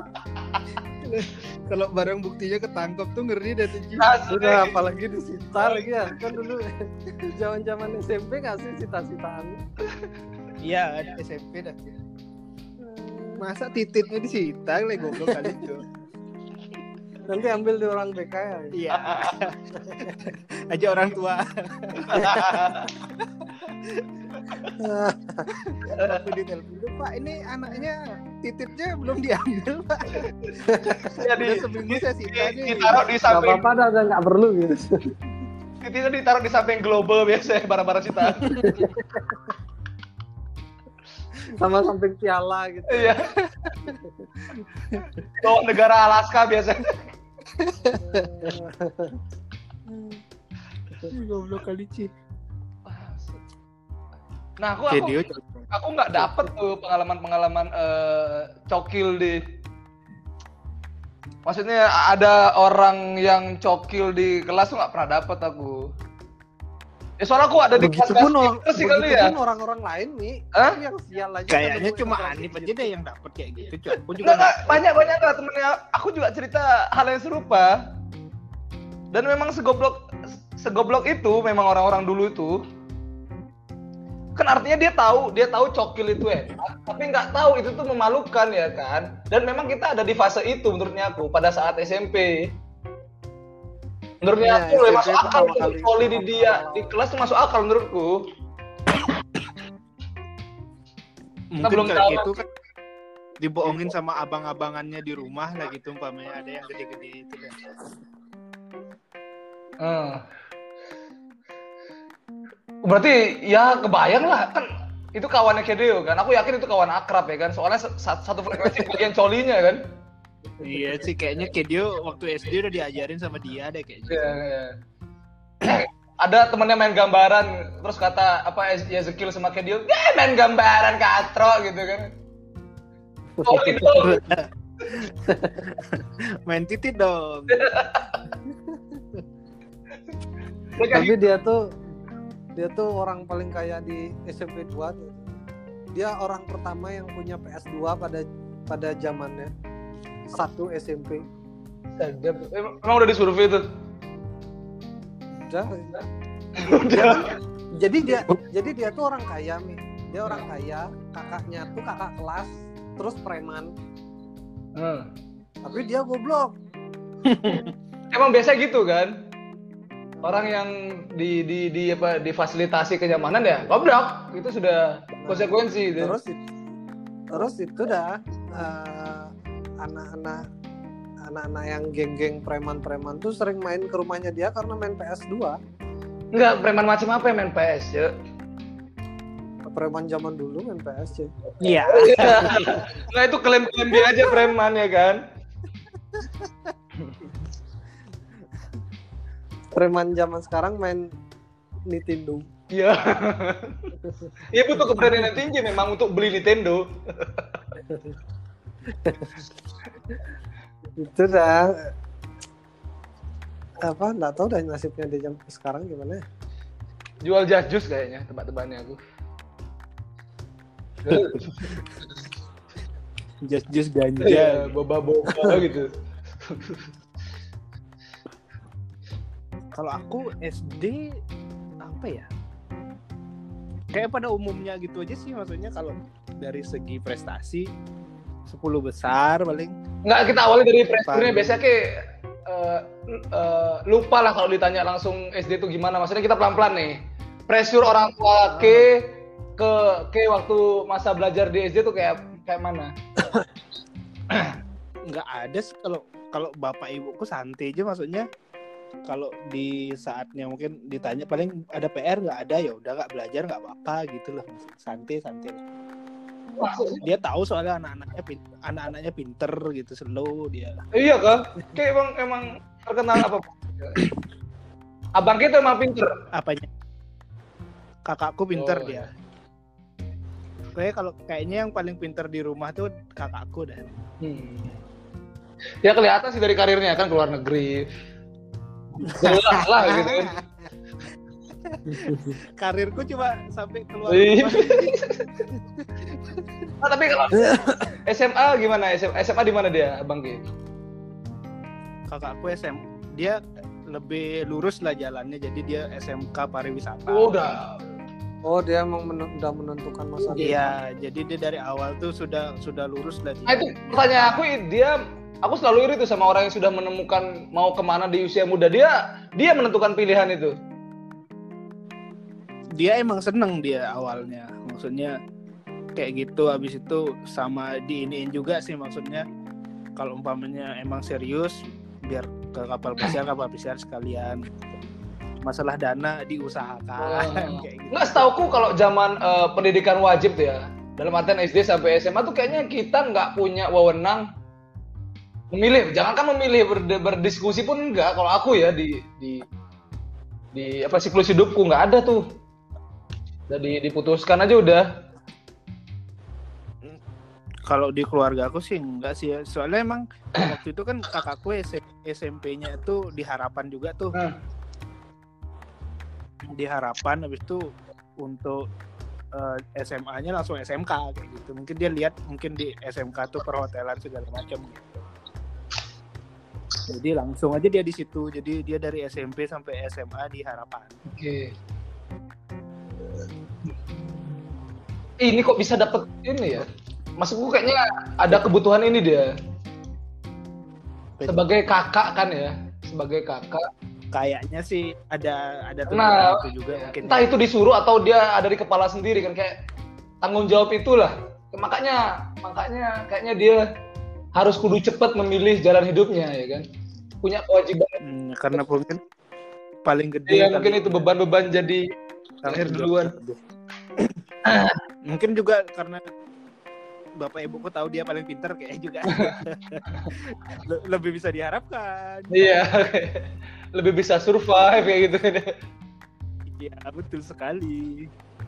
Kalau barang buktinya ketangkep tuh ngeri dah tuh. Udah apalagi disita lagi ya. Kan dulu zaman SMP nggak sih sita-sitaan? Iya, ada SMP dah. Masa tititnya disita le goblok kali itu. Nanti ambil di orang BK ya. Iya. Aja orang tua. Waktu ditelepon, Pak, ini anaknya titipnya belum diambil, Pak. Jadi seminggu saya sita nih. ditaruh di Gak samping. apa-apa dah nggak perlu gitu. Titipnya ditaruh di samping global biasa barang-barang sitaan. Sama samping piala gitu. Iya. Bawa negara Alaska biasanya. Goblok kali Ci. Nah, aku nggak dapet tuh pengalaman cokil di. Maksudnya ada orang yang cokil di kelas tuh nggak pernah dapet aku. Ya soalnya aku ada di kelas sih kali ya. Begitupun orang-orang lain nih. Hah? Yang sial aja. Kayaknya cuma Anip aja deh yang dapet kayak gitu. Aku juga Nggak, banyak lah temennya. Aku juga cerita hal yang serupa. Dan memang segoblok itu memang orang-orang dulu itu. Kan artinya dia tahu cokil itu enak, tapi nggak tahu itu tuh memalukan ya kan. Dan memang kita ada di fase itu menurutnya aku pada saat SMP. Menurutnya aku masuk akal poli di dia di kelas tuh masuk akal menurutku. mungkin belum kayak tahu. gitu kan dibohongin sama abang-abangannya di rumah lah gitu umpamanya ada yang gede-gede itu kan. Berarti ya kebayang lah kan itu kawannya Kedeo kan. Aku yakin itu kawan akrab ya kan. Soalnya satu frekuensi bagian colinya kan. Iya sih kayaknya Kedio waktu SD udah diajarin sama dia deh kayaknya. Iya. Ada temennya main gambaran terus kata apa Ezekiel sama Kedeo, main gambaran katro gitu kan. Oh gitu. Main titit dong. Tapi dia tuh orang paling kaya di SMP 2 tuh. Dia orang pertama yang punya PS2 pada zamannya. Satu SMP. Emang udah disurvei tuh? Udah. Jadi dia tuh orang kaya nih. Dia orang kaya, kakaknya tuh kakak kelas, terus preman. Tapi dia goblok. Emang biasa gitu kan? Orang yang difasilitasi kenyamanan ya goblok, itu sudah konsekuensi itu. Terus itu dah anak-anak yang geng-geng preman-preman tuh sering main ke rumahnya dia karena main PS2. Enggak, preman macam apa yang main PS, ya? Preman zaman dulu main PS, ya. Iya. Nah, itu klaim-klaim dia aja preman ya kan? Preman zaman sekarang main Nintendo. Iya. Iya, butuh keberanian yang tinggi memang untuk beli Nintendo. Itu dah apa nggak tahu dah nasibnya dia jam sekarang gimana ya. Jual jus kayaknya tebak-tebakannya aku. Jus ganja. Iya, boba-boba gitu. Kalau aku SD apa ya? Kayak pada umumnya gitu aja sih, maksudnya kalau dari segi prestasi 10 besar paling. Nggak, kita awali dari pressure-nya. Biasanya kayak lupa lah kalau ditanya langsung SD itu gimana. Maksudnya kita pelan-pelan nih. Pressure orang tua ke waktu masa belajar di SD tuh kayak mana? Nggak ada sih, kalau bapak ibuku santai aja, maksudnya kalau di saatnya mungkin ditanya paling ada PR, nggak ada ya udah nggak belajar nggak apa-apa gitu loh, santai lah. Dia tahu soalnya anak-anaknya pinter gitu, slow dia. Iya kan? Kayak emang terkenal apa? Abang kita emang pinter. Apanya? Kakakku pinter dia. Kayaknya yang paling pinter di rumah tuh kakakku dah. Ya kelihatan sih dari karirnya kan, keluar negeri. Jelas lah gitu kan. Karirku cuma sampai keluar rumah. Nah, tapi kalau SMA gimana? SMA di mana dia, Abang Ki? Kakakku dia lebih lurus lah jalannya, jadi dia SMK pariwisata. Oh, dia emang udah menentukan masa depan. Iya, jadi dia dari awal tuh sudah lurus lah. Nah, itu pertanyaan aku selalu iri tuh sama orang yang sudah menemukan mau kemana di usia muda. Dia menentukan pilihan itu. Dia emang seneng dia awalnya, maksudnya kayak gitu. Abis itu sama diiniin juga sih, maksudnya kalau umpamanya emang serius biar ke kapal pesiar sekalian. Masalah dana diusahakan kayak gitu. Nggak, setauku kalau zaman pendidikan wajib tuh ya, dalam artian SD sampai SMA tuh kayaknya kita nggak punya wewenang memilih. Jangankan memilih, berdiskusi pun enggak. Kalau aku ya di siklus hidupku nggak ada tuh. Jadi diputuskan aja udah. Kalau di keluarga aku sih enggak sih ya. Soalnya emang waktu itu kan kakakku SMP-nya itu di Harapan juga tuh. Di Harapan, habis itu untuk SMA-nya langsung SMK kayak gitu. Mungkin dia lihat di SMK tuh perhotelan segala macam gitu. Jadi langsung aja dia di situ. Jadi dia dari SMP sampai SMA di Harapan. Oke. Ini kok bisa dapet ini ya? Maksudku kayaknya ada kebutuhan ini dia. Sebagai kakak kan ya? Sebagai kakak. Kayaknya sih ada itu juga mungkin. Entah itu disuruh atau dia ada di kepala sendiri kan, kayak tanggung jawab itulah. Makanya kayaknya dia harus kudu cepat memilih jalan hidupnya ya kan. Punya kewajiban. Karena mungkin paling gede. Iya, mungkin itu beban-beban jadi lahir duluan. Mungkin juga karena bapak ibuku tahu dia paling pintar kayak juga. Lebih bisa diharapkan. Iya. Lebih bisa survive kayak gitu. Iya, betul sekali.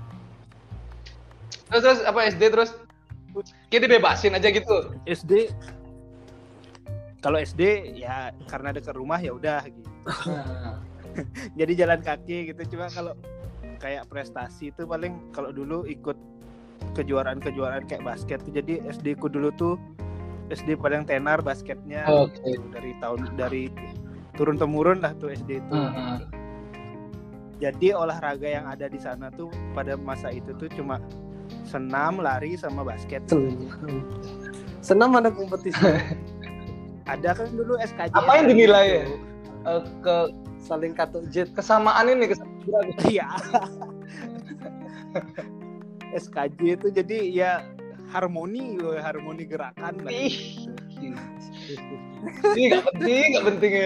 Terus apa SD terus? Kita bebasin aja gitu. SD. Kalau SD ya karena dekat rumah ya udah gitu. Jadi jalan kaki gitu. Cuma kalau kayak prestasi itu paling kalau dulu ikut kejuaraan kayak basket tuh. Jadi SD ku dulu tuh SD paling tenar basketnya. Okay. Dari turun temurun lah tuh SD itu. Jadi olahraga yang ada di sana tuh pada masa itu tuh cuma senam, lari sama basket. Senam ada kompetisi. Ada kan dulu SKJ. Apa yang dinilai gitu. Ke saling katuk jet, kesamaan ini Iya. SKJ itu jadi ya harmoni gerakan lah. Ini nggak penting ya.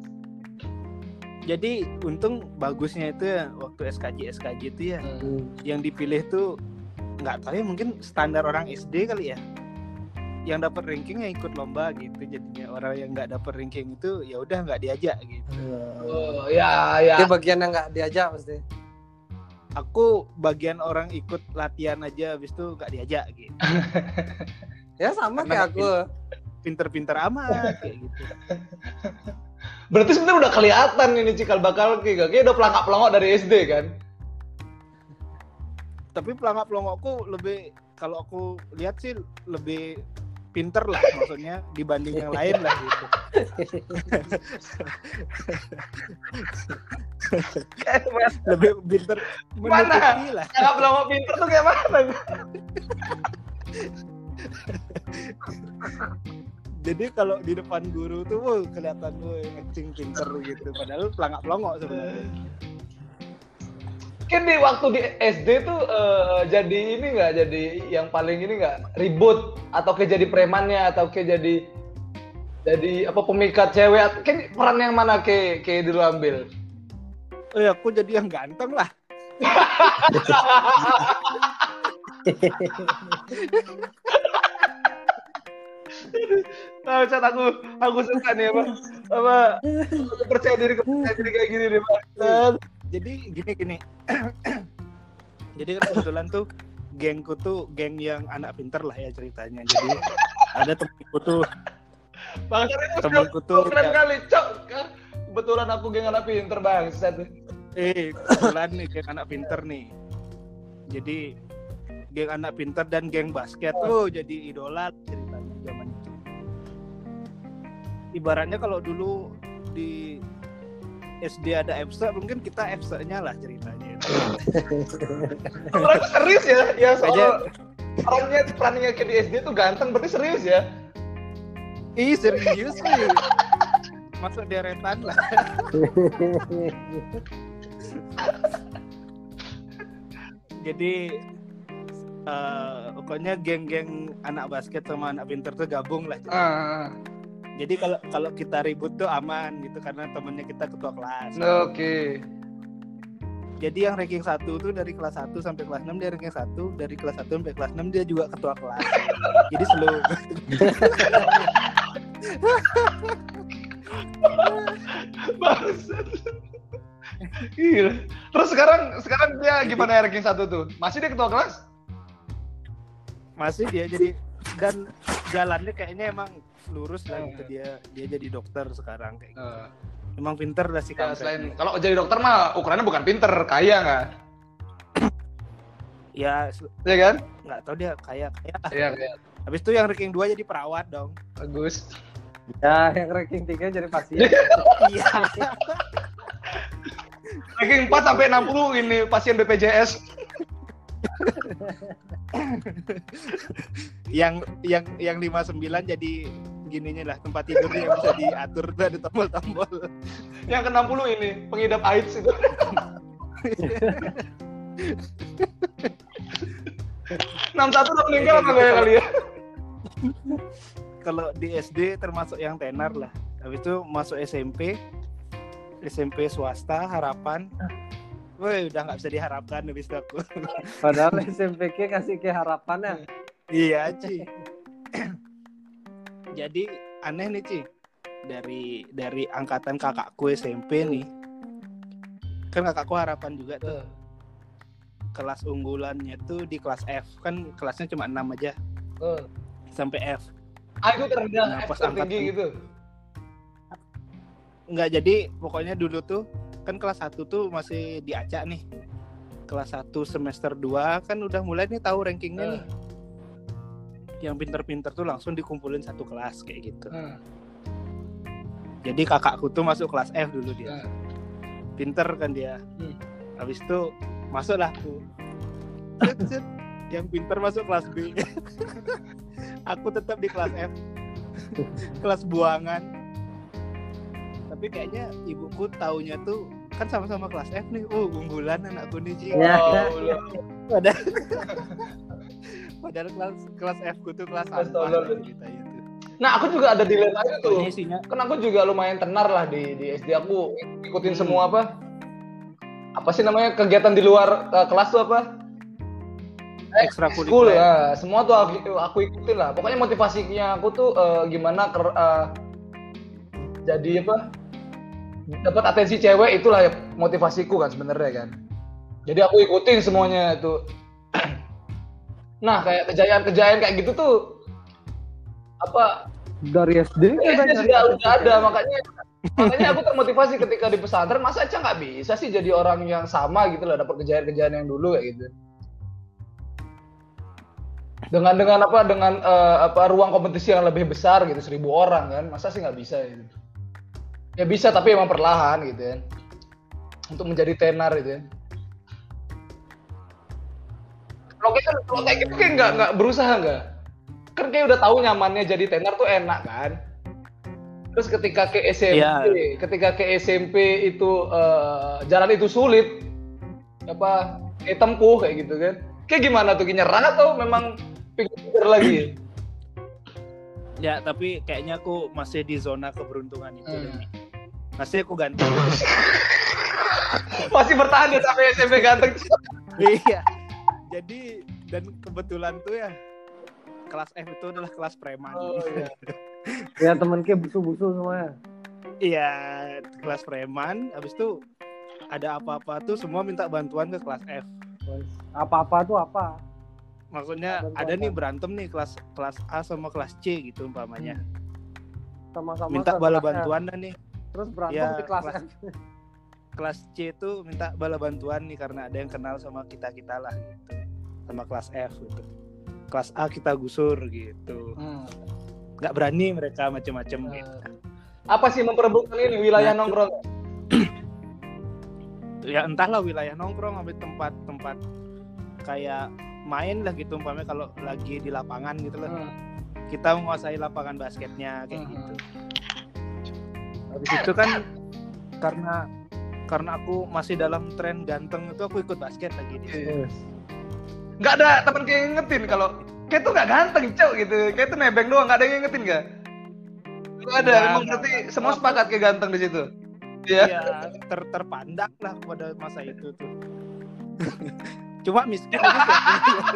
Jadi untung bagusnya itu ya waktu SKJ itu ya yang dipilih tuh nggak tahu ya, mungkin standar orang SD kali ya. Yang dapat ranking yang ikut lomba gitu, jadinya orang yang nggak dapat ranking itu ya udah nggak diajak gitu. Oh ya. Itu bagian yang nggak diajak pasti. Aku bagian orang ikut latihan aja, habis itu nggak diajak gitu. Ya sama kayak aku. Pinter-pinter amat kayak gitu. Berarti sebenarnya udah kelihatan ini cikal bakal kayak udah pelangak-pelongok dari SD kan? Tapi pelangak-pelongokku lebih, kalau aku lihat sih lebih pinter lah, maksudnya dibanding yang lain lah gitu. Lebih pinter menutupi lah. Pelangak-pelongok pinter tuh kayak mana? Jadi kalau di depan guru tuh kelihatan acting pinter gitu, padahal pelangak-pelongok sebenarnya. Kan di waktu di SD tuh jadi ini nggak, jadi yang paling ini nggak ribut atau kayak jadi premannya atau kayak jadi apa pemikat cewek, kan peran yang mana kayak dulu ambil? Oh ya, aku jadi yang ganteng lah. Nah, Chat, aku suka nih apa percaya diri kayak gini nih, Pak. Jadi gini. Jadi kan kebetulan tuh gengku tuh geng yang anak pinter lah ya ceritanya. Jadi ada temanku tuh. Temanku tuh keren kali, Cok. Kebetulan aku geng anak pinter, Bang. Kebetulan nih geng anak pinter nih. Jadi geng anak pinter dan geng basket tuh jadi idola ceritanya zaman itu. Ibaratnya kalau dulu di SD ada EFSA, mungkin kita EFSA-nya lah ceritanya. Orang serius ya? Ya soal perannya kayak di SD tuh ganteng, berarti serius ya? Ih, serius sih. Masuk deretan lah. Jadi pokoknya geng-geng anak basket sama anak pinter tuh gabung lah. Jadi kalau kita ribut tuh aman gitu karena temennya kita ketua kelas. Oke. Jadi yang ranking 1 tuh dari kelas 1 sampai kelas 6 dia ranking 1, dari kelas 1 sampai kelas 6 dia juga ketua kelas. Jadi slow. Bangsat. Gila. Terus sekarang dia gimana ranking 1 tuh? Masih dia ketua kelas? Masih dia jadi, dan jalannya kayaknya emang lurus lah gitu, dia jadi dokter sekarang kayak gitu. Emang pinter lah sih ya, selain kalau jadi dokter mah ukurannya bukan pinter, kaya nggak? Ya kan? Nggak tahu dia kaya. Iya kaya. Habis itu yang ranking 2 jadi perawat dong. Bagus. Ya, yang ranking 3 jadi pasien. Iya. Ranking 4 sampai 60 ini pasien BPJS. yang 59 jadi gininya lah, tempat tidurnya yang bisa diatur tuh, ada tombol-tombol. Yang ke 60 ini pengidap AIDS itu. 61 udah meninggal apa enggak kali ya? Kalau di SD termasuk yang tenar lah. Habis itu masuk SMP swasta Harapan. Woi, udah nggak bisa diharapkan habis itu aku. Padahal SMPK kasih ke harapan ya. Iya, Ci. Jadi aneh nih, Ci. Dari angkatan kakakku SMP nih. Kan kakakku Harapan juga tuh. Kelas unggulannya tuh di kelas F. Kan kelasnya cuma 6 aja. Sampai F. Itu terendah, F tertinggi gitu. Enggak, jadi pokoknya dulu tuh kan kelas 1 tuh masih diacak nih. Kelas 1 semester 2 kan udah mulai nih tahu rankingnya nih. Yang pinter-pinter tuh langsung dikumpulin satu kelas kayak gitu. Jadi kakakku tuh masuk kelas F dulu dia. Pinter kan dia. Habis itu masuklah aku. Yang pinter masuk kelas B. Aku tetap di kelas F. Kelas buangan. Tapi kayaknya ibuku taunya tuh kan sama-sama kelas F nih. Unggulan anakku nih, Ci. Padahal kelas F ku tuh kelas 1 gitu. Nah, aku juga ada dilema itu. Kan aku juga lumayan tenar lah di SD. Aku ikutin semua apa sih namanya kegiatan di luar kelas tuh apa? Ekstrakurikuler. Ya. Semua tuh aku ikutin lah. Pokoknya motivasinya aku tuh gimana jadi apa? Dapat atensi cewek itulah ya, motivasiku kan sebenarnya kan. Jadi aku ikutin semuanya itu. Nah, kayak kejayaan kayak gitu tuh apa dari SD udah ada, makanya aku termotivasi ketika di pesantren. Masa aja nggak bisa sih jadi orang yang sama gitu lah, dapat kejayaan yang dulu kayak gitu. Dengan ruang kompetisi yang lebih besar gitu, 1.000 orang kan, masa sih nggak bisa gitu. Ya bisa, tapi emang perlahan gitu kan, untuk menjadi tenar gitu kan. Kalau kayak gitu kayak nggak berusaha nggak? Kan kayak udah tahu nyamannya jadi tenar tuh enak kan. Terus ketika ke SMP itu jalan itu sulit tempuh kayak gitu kan. Kayak gimana tuh, nyerah atau memang pikir lagi? Ya, tapi kayaknya aku masih di zona keberuntungan itu. Masih aku ganteng. Masih bertahan ya sampai SMP ganteng. Iya. Jadi dan kebetulan tuh ya kelas F itu adalah kelas preman. Oh iya. Ya temennya busu-busu semuanya. Iya, kelas preman. Habis itu ada apa-apa tuh semua minta bantuan ke kelas F. Apa-apa tuh apa? Maksudnya ada nih berantem nih kelas A sama kelas C gitu umpamanya. Sama-sama minta bala bantuan nih. Terus berantem di kelas F. Kelas C tuh minta bala bantuan nih karena ada yang kenal sama kita lah gitu. Sama kelas F gitu. Kelas A kita gusur gitu. Nggak berani mereka macam-macam gitu. Apa sih memperebutkan ini wilayah nongkrong? Ya entahlah, wilayah nongkrong ambil tempat kayak main lah gitu umpamanya kalau lagi di lapangan gitu lah. Kita menguasai lapangan basketnya kayak gitu. Habis itu kan karena aku masih dalam tren ganteng itu aku ikut basket lagi di sini. Nggak ada teman kayak ngingetin kalau kayak tuh nggak ganteng cok gitu, kayak tuh nebeng doang, nggak ada yang ngingetin nggak? Nggak ada, memang berarti semua sepakat kayak ganteng di situ. Iya, terpandang lah pada masa itu tuh. Cuma miskin aja sih.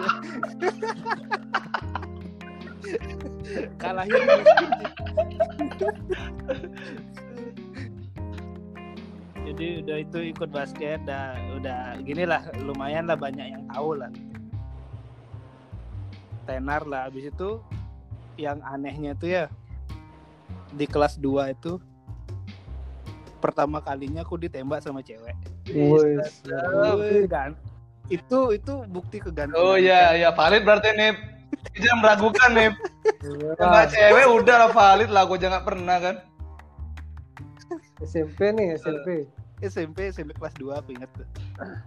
Kalahin miskin. Jadi udah itu ikut basket, udah gini lah, lumayan lah banyak yang tahu lah. Tenar lah. Habis itu yang anehnya tuh ya di kelas 2 itu pertama kalinya aku ditembak sama cewek. Kan itu bukti kegantengan. Oh iya valid berarti nih. Jangan meragukan nih. Enggak cewek udah lah valid lah, aku jangan pernah kan. SMP kelas 2 aku ingat tuh.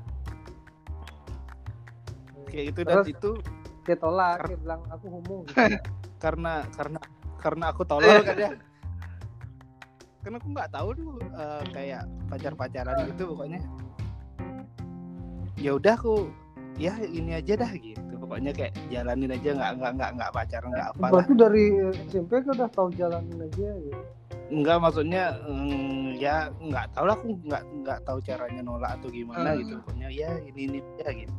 Kayak itu. Dan itu dia tolak, dia bilang aku homo gitu. karena aku tolol kan ya. Karena aku nggak tahu tuh kayak pacaran gitu pokoknya. Ya udah aku ya ini aja dah gitu. Pokoknya kayak jalanin aja, nggak pacaran, nggak apa. Berarti dari SMP kan udah tahu jalanin aja gitu. Enggak, maksudnya ya nggak tahu lah, aku nggak tahu caranya nolak atau gimana gitu. Pokoknya ya ini ya gitu.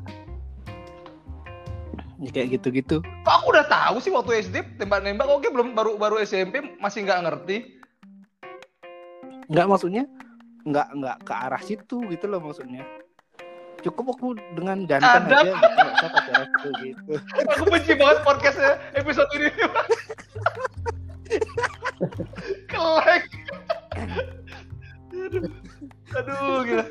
Ya kayak gitu-gitu. Kok aku udah tahu sih waktu SD tembak-nembak, oke belum baru SMP masih nggak ngerti. Nggak, maksudnya nggak ke arah situ gitu loh maksudnya. Cukup aku dengan ganteng aja gitu, nggak usah pacaran gitu. Aku benci banget podcastnya episode ini. Kelek. Aduh gila.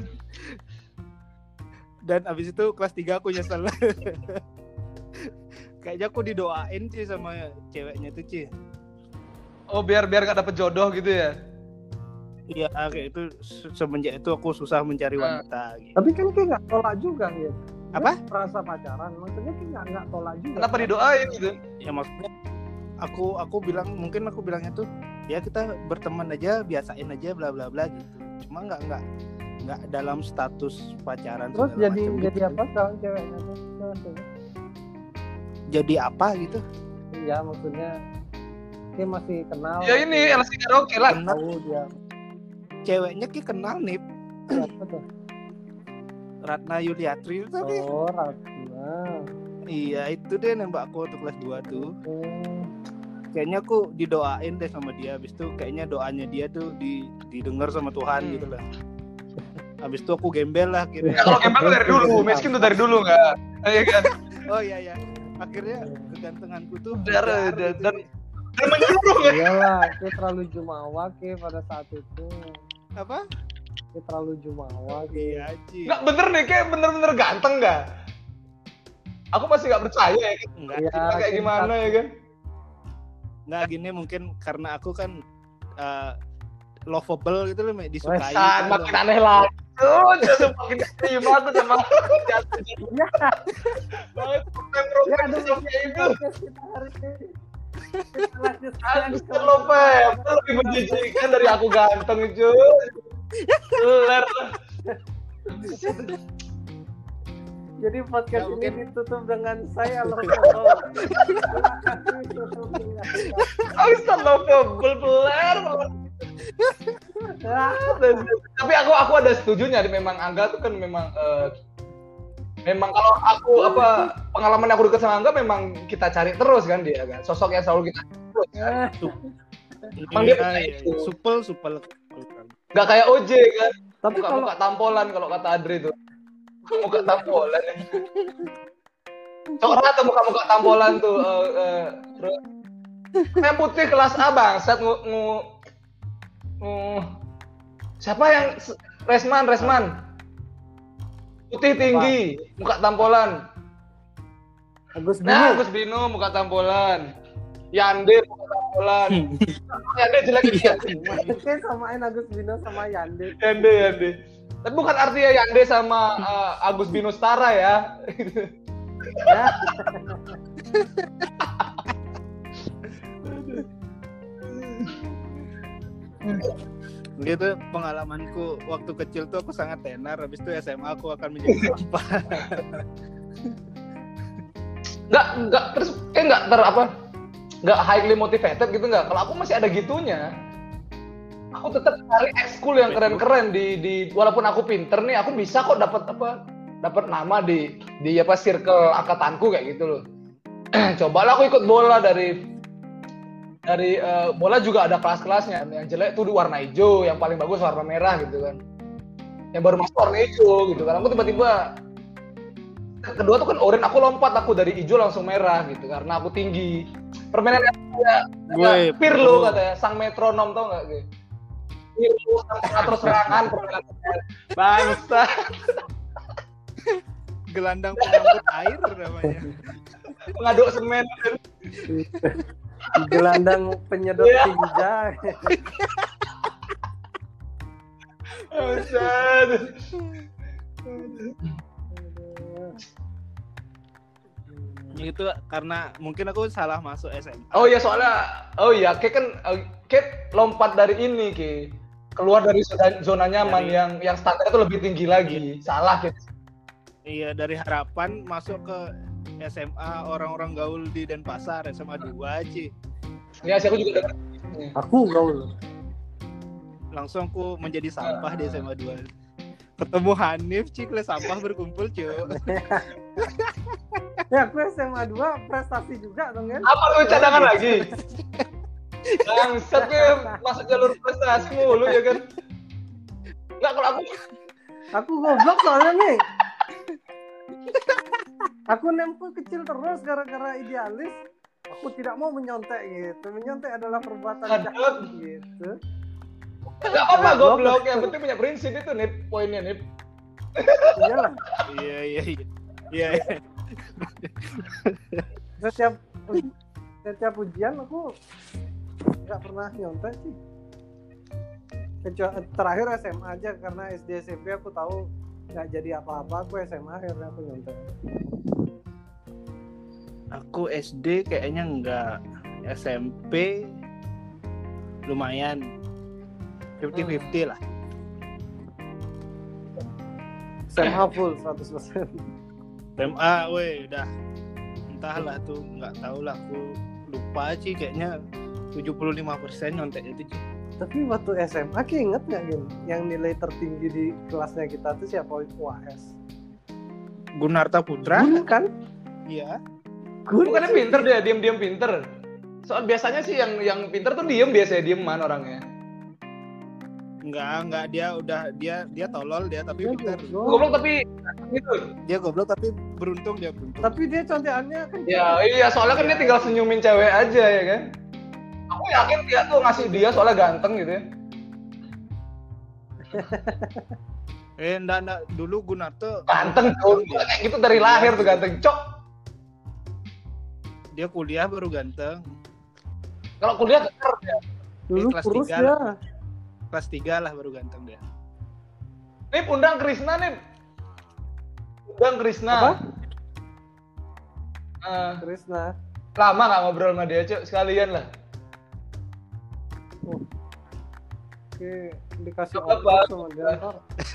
Dan abis itu kelas 3 aku nyesel. Kayaknya aku didoain sih sama ceweknya tuh Ci. Oh biar gak dapet jodoh gitu ya? Iya kayak itu, semenjak itu aku susah mencari wanita gitu. Tapi kan kayak nggak tolak juga gitu. Apa? Merasa pacaran, maksudnya kayak nggak tolak juga. Kenapa didoain gitu? Ya maksudnya aku bilang, mungkin aku bilangnya tuh ya kita berteman aja, biasain aja bla bla bla gitu. Cuma nggak dalam status pacaran. Terus jadi gitu. apa sekarang ceweknya tuh? Jadi apa gitu? Iya maksudnya Ki masih kenal. Ya ini LC karaoke lah. Tahu dia. Ceweknya Ki kenal nih. Siapa tuh? Ratna Yuliatri itu tadi. Oh, Ratna. Iya, itu deh nembak aku waktu kelas 2 tuh. Hmm. Kayaknya aku didoain deh sama dia. Habis itu kayaknya doanya dia tuh didengar sama Tuhan gitu lah. Habis itu aku gembel lah akhirnya. Ya, kalau gembel dari dulu, miskin tuh dari dulu enggak? Iya kan? Oh iya. Akhirnya kegantenganku tuh Dan menyeluruh ya. Iyalah, Ki terlalu jumawa Ki pada saat itu. apa? Ki terlalu jumawa Ki. Iya, Ci. Enggak bener nih, kayak bener-bener ganteng enggak? Aku masih enggak percaya ya kan. Enggak, Iya, Kayak gimana ya kan? enggak gini mungkin karena aku kan lovable gitu loh, disukai. Wesan, gitu makin loh. aneh lagi. Tuh, makin terima tuh sama jatuh. Ya, Banget, ya aduh sampai itu. podcast kita hari ini. Kita lanjutkan Aku ke- lupa ya, lebih menjijikan dari aku ganteng cuy. Ler. Jadi podcast Ya, ini mungkin- ditutup dengan saya loh. Terima kasih tutup dengan Aku lovable beler. Tapi aku ada setujunya, memang Angga tuh kan memang memang kalau aku pengalaman aku dekat sama Angga memang kita cari terus kan dia kan, sosok yang selalu kita terus kan. Emang dia kayak gitu. Supel. Nggak kayak OJ kan, Tapi kalau muka tampolan kalau kata Adri tuh, muka tampolan. Coklat atau muka tampolan tuh, yang putih kelas A bangsat siapa yang Resman putih tinggi muka tampolan. Agus Nah, Binu. Agus Binu muka tampolan. Yande muka tampolan. Yande jelek dia. Oke, samain Agus Binu sama Yande. Yande. Tapi bukan artinya Yande sama Agus Binu setara ya. Ya. Gitu pengalamanku waktu kecil tuh aku sangat tenar. Habis itu SMA aku akan menjadi sampah. Enggak terus enggak highly motivated gitu enggak. Kalau aku masih ada gitunya. Aku tetap cari ekskul yang keren-keren di walaupun aku pinter nih, aku bisa kok dapat nama di circle angkatanku kayak gitu loh. Cobalah aku ikut bola dari bola juga ada kelas-kelasnya. Yang jelek tuh warna hijau, yang paling bagus warna merah gitu kan. Yang baru masuk warna hijau gitu kan. Aku tiba-tiba kedua tuh kan oranye, aku lompat dari hijau langsung merah gitu karena aku tinggi. Permainan kayak Pirlo katanya, sang metronom tau nggak gitu. Pirlo sang pengatur serangan permainan bangsa. Gelandang pengangkut air namanya. Pengaduk semen. Gelandang penyedot tinja. Buset. Itu karena mungkin aku salah masuk SMA. Oh iya Kate lompat dari ini Ki. Keluar dari zona nyaman yang standar itu lebih tinggi lagi. Salah Kate. Iya, dari harapan masuk ke SMA orang-orang gaul di Denpasar, SMA 2 Ci. Ya sih aku juga dengar. Aku gaul. Langsung aku menjadi sampah di SMA 2. Ketemu Hanif, Ci, kelas sampah berkumpul, cuy. Ya aku SMA 2 prestasi juga dong kan. Apa lu cadangan lagi? Bangsat masuk jalur prestasi mulu ya kan. Enggak kalau Aku goblok soalnya nih. Aku nempo kecil terus gara-gara idealis. Aku tidak mau menyontek gitu. Menyontek adalah perbuatan jahat gitu. enggak apa-apa goblok, yang penting punya prinsip itu nih poinnya nih. Iyalah. Iya. Setiap ujian aku nggak pernah nyontek sih. Kecuali terakhir SMA aja karena SD SMP aku tahu nggak jadi apa-apa. Aku SMA akhirnya aku nyontek. Aku SD kayaknya enggak. SMP lumayan 50-50 lah. SMA full 100%. SMA, weh, udah entahlah tuh, nggak tahu lah, aku lupa sih kayaknya 75% nyontek itu. Tapi waktu SMA inget nggak Gin? Yang nilai tertinggi di kelasnya kita tuh siapa? UAS. Gunarta Putra. Kan? Iya. Bukannya pinter dia, diam-diam pinter. Soal biasanya sih yang pinter tuh diem biasanya, dieman orangnya. Enggak, dia tolol dia tapi pintar. Goblok tapi gitu. Dia goblok tapi beruntung. Tapi dia contekannya kan. Ya iya, soalnya kan dia tinggal senyumin cewek aja ya kan. Aku yakin dia tuh ngasih dia soalnya ganteng gitu ya. Enggak, dulu Gunarto Ganteng tuh, kayak gitu dari lahir tuh ganteng, cok. Dia kuliah baru ganteng. Kalau kuliah keker dia. Dulu kelas kurus 3 dia. Kelas 3 lah baru ganteng dia. Nip, undang Krisna, Nip. Undang Krisna. Apa? Krisna. Lama nggak ngobrol sama dia, cok. Sekalian lah. Oke, dikasih Apa? ongkos sama dia ntar.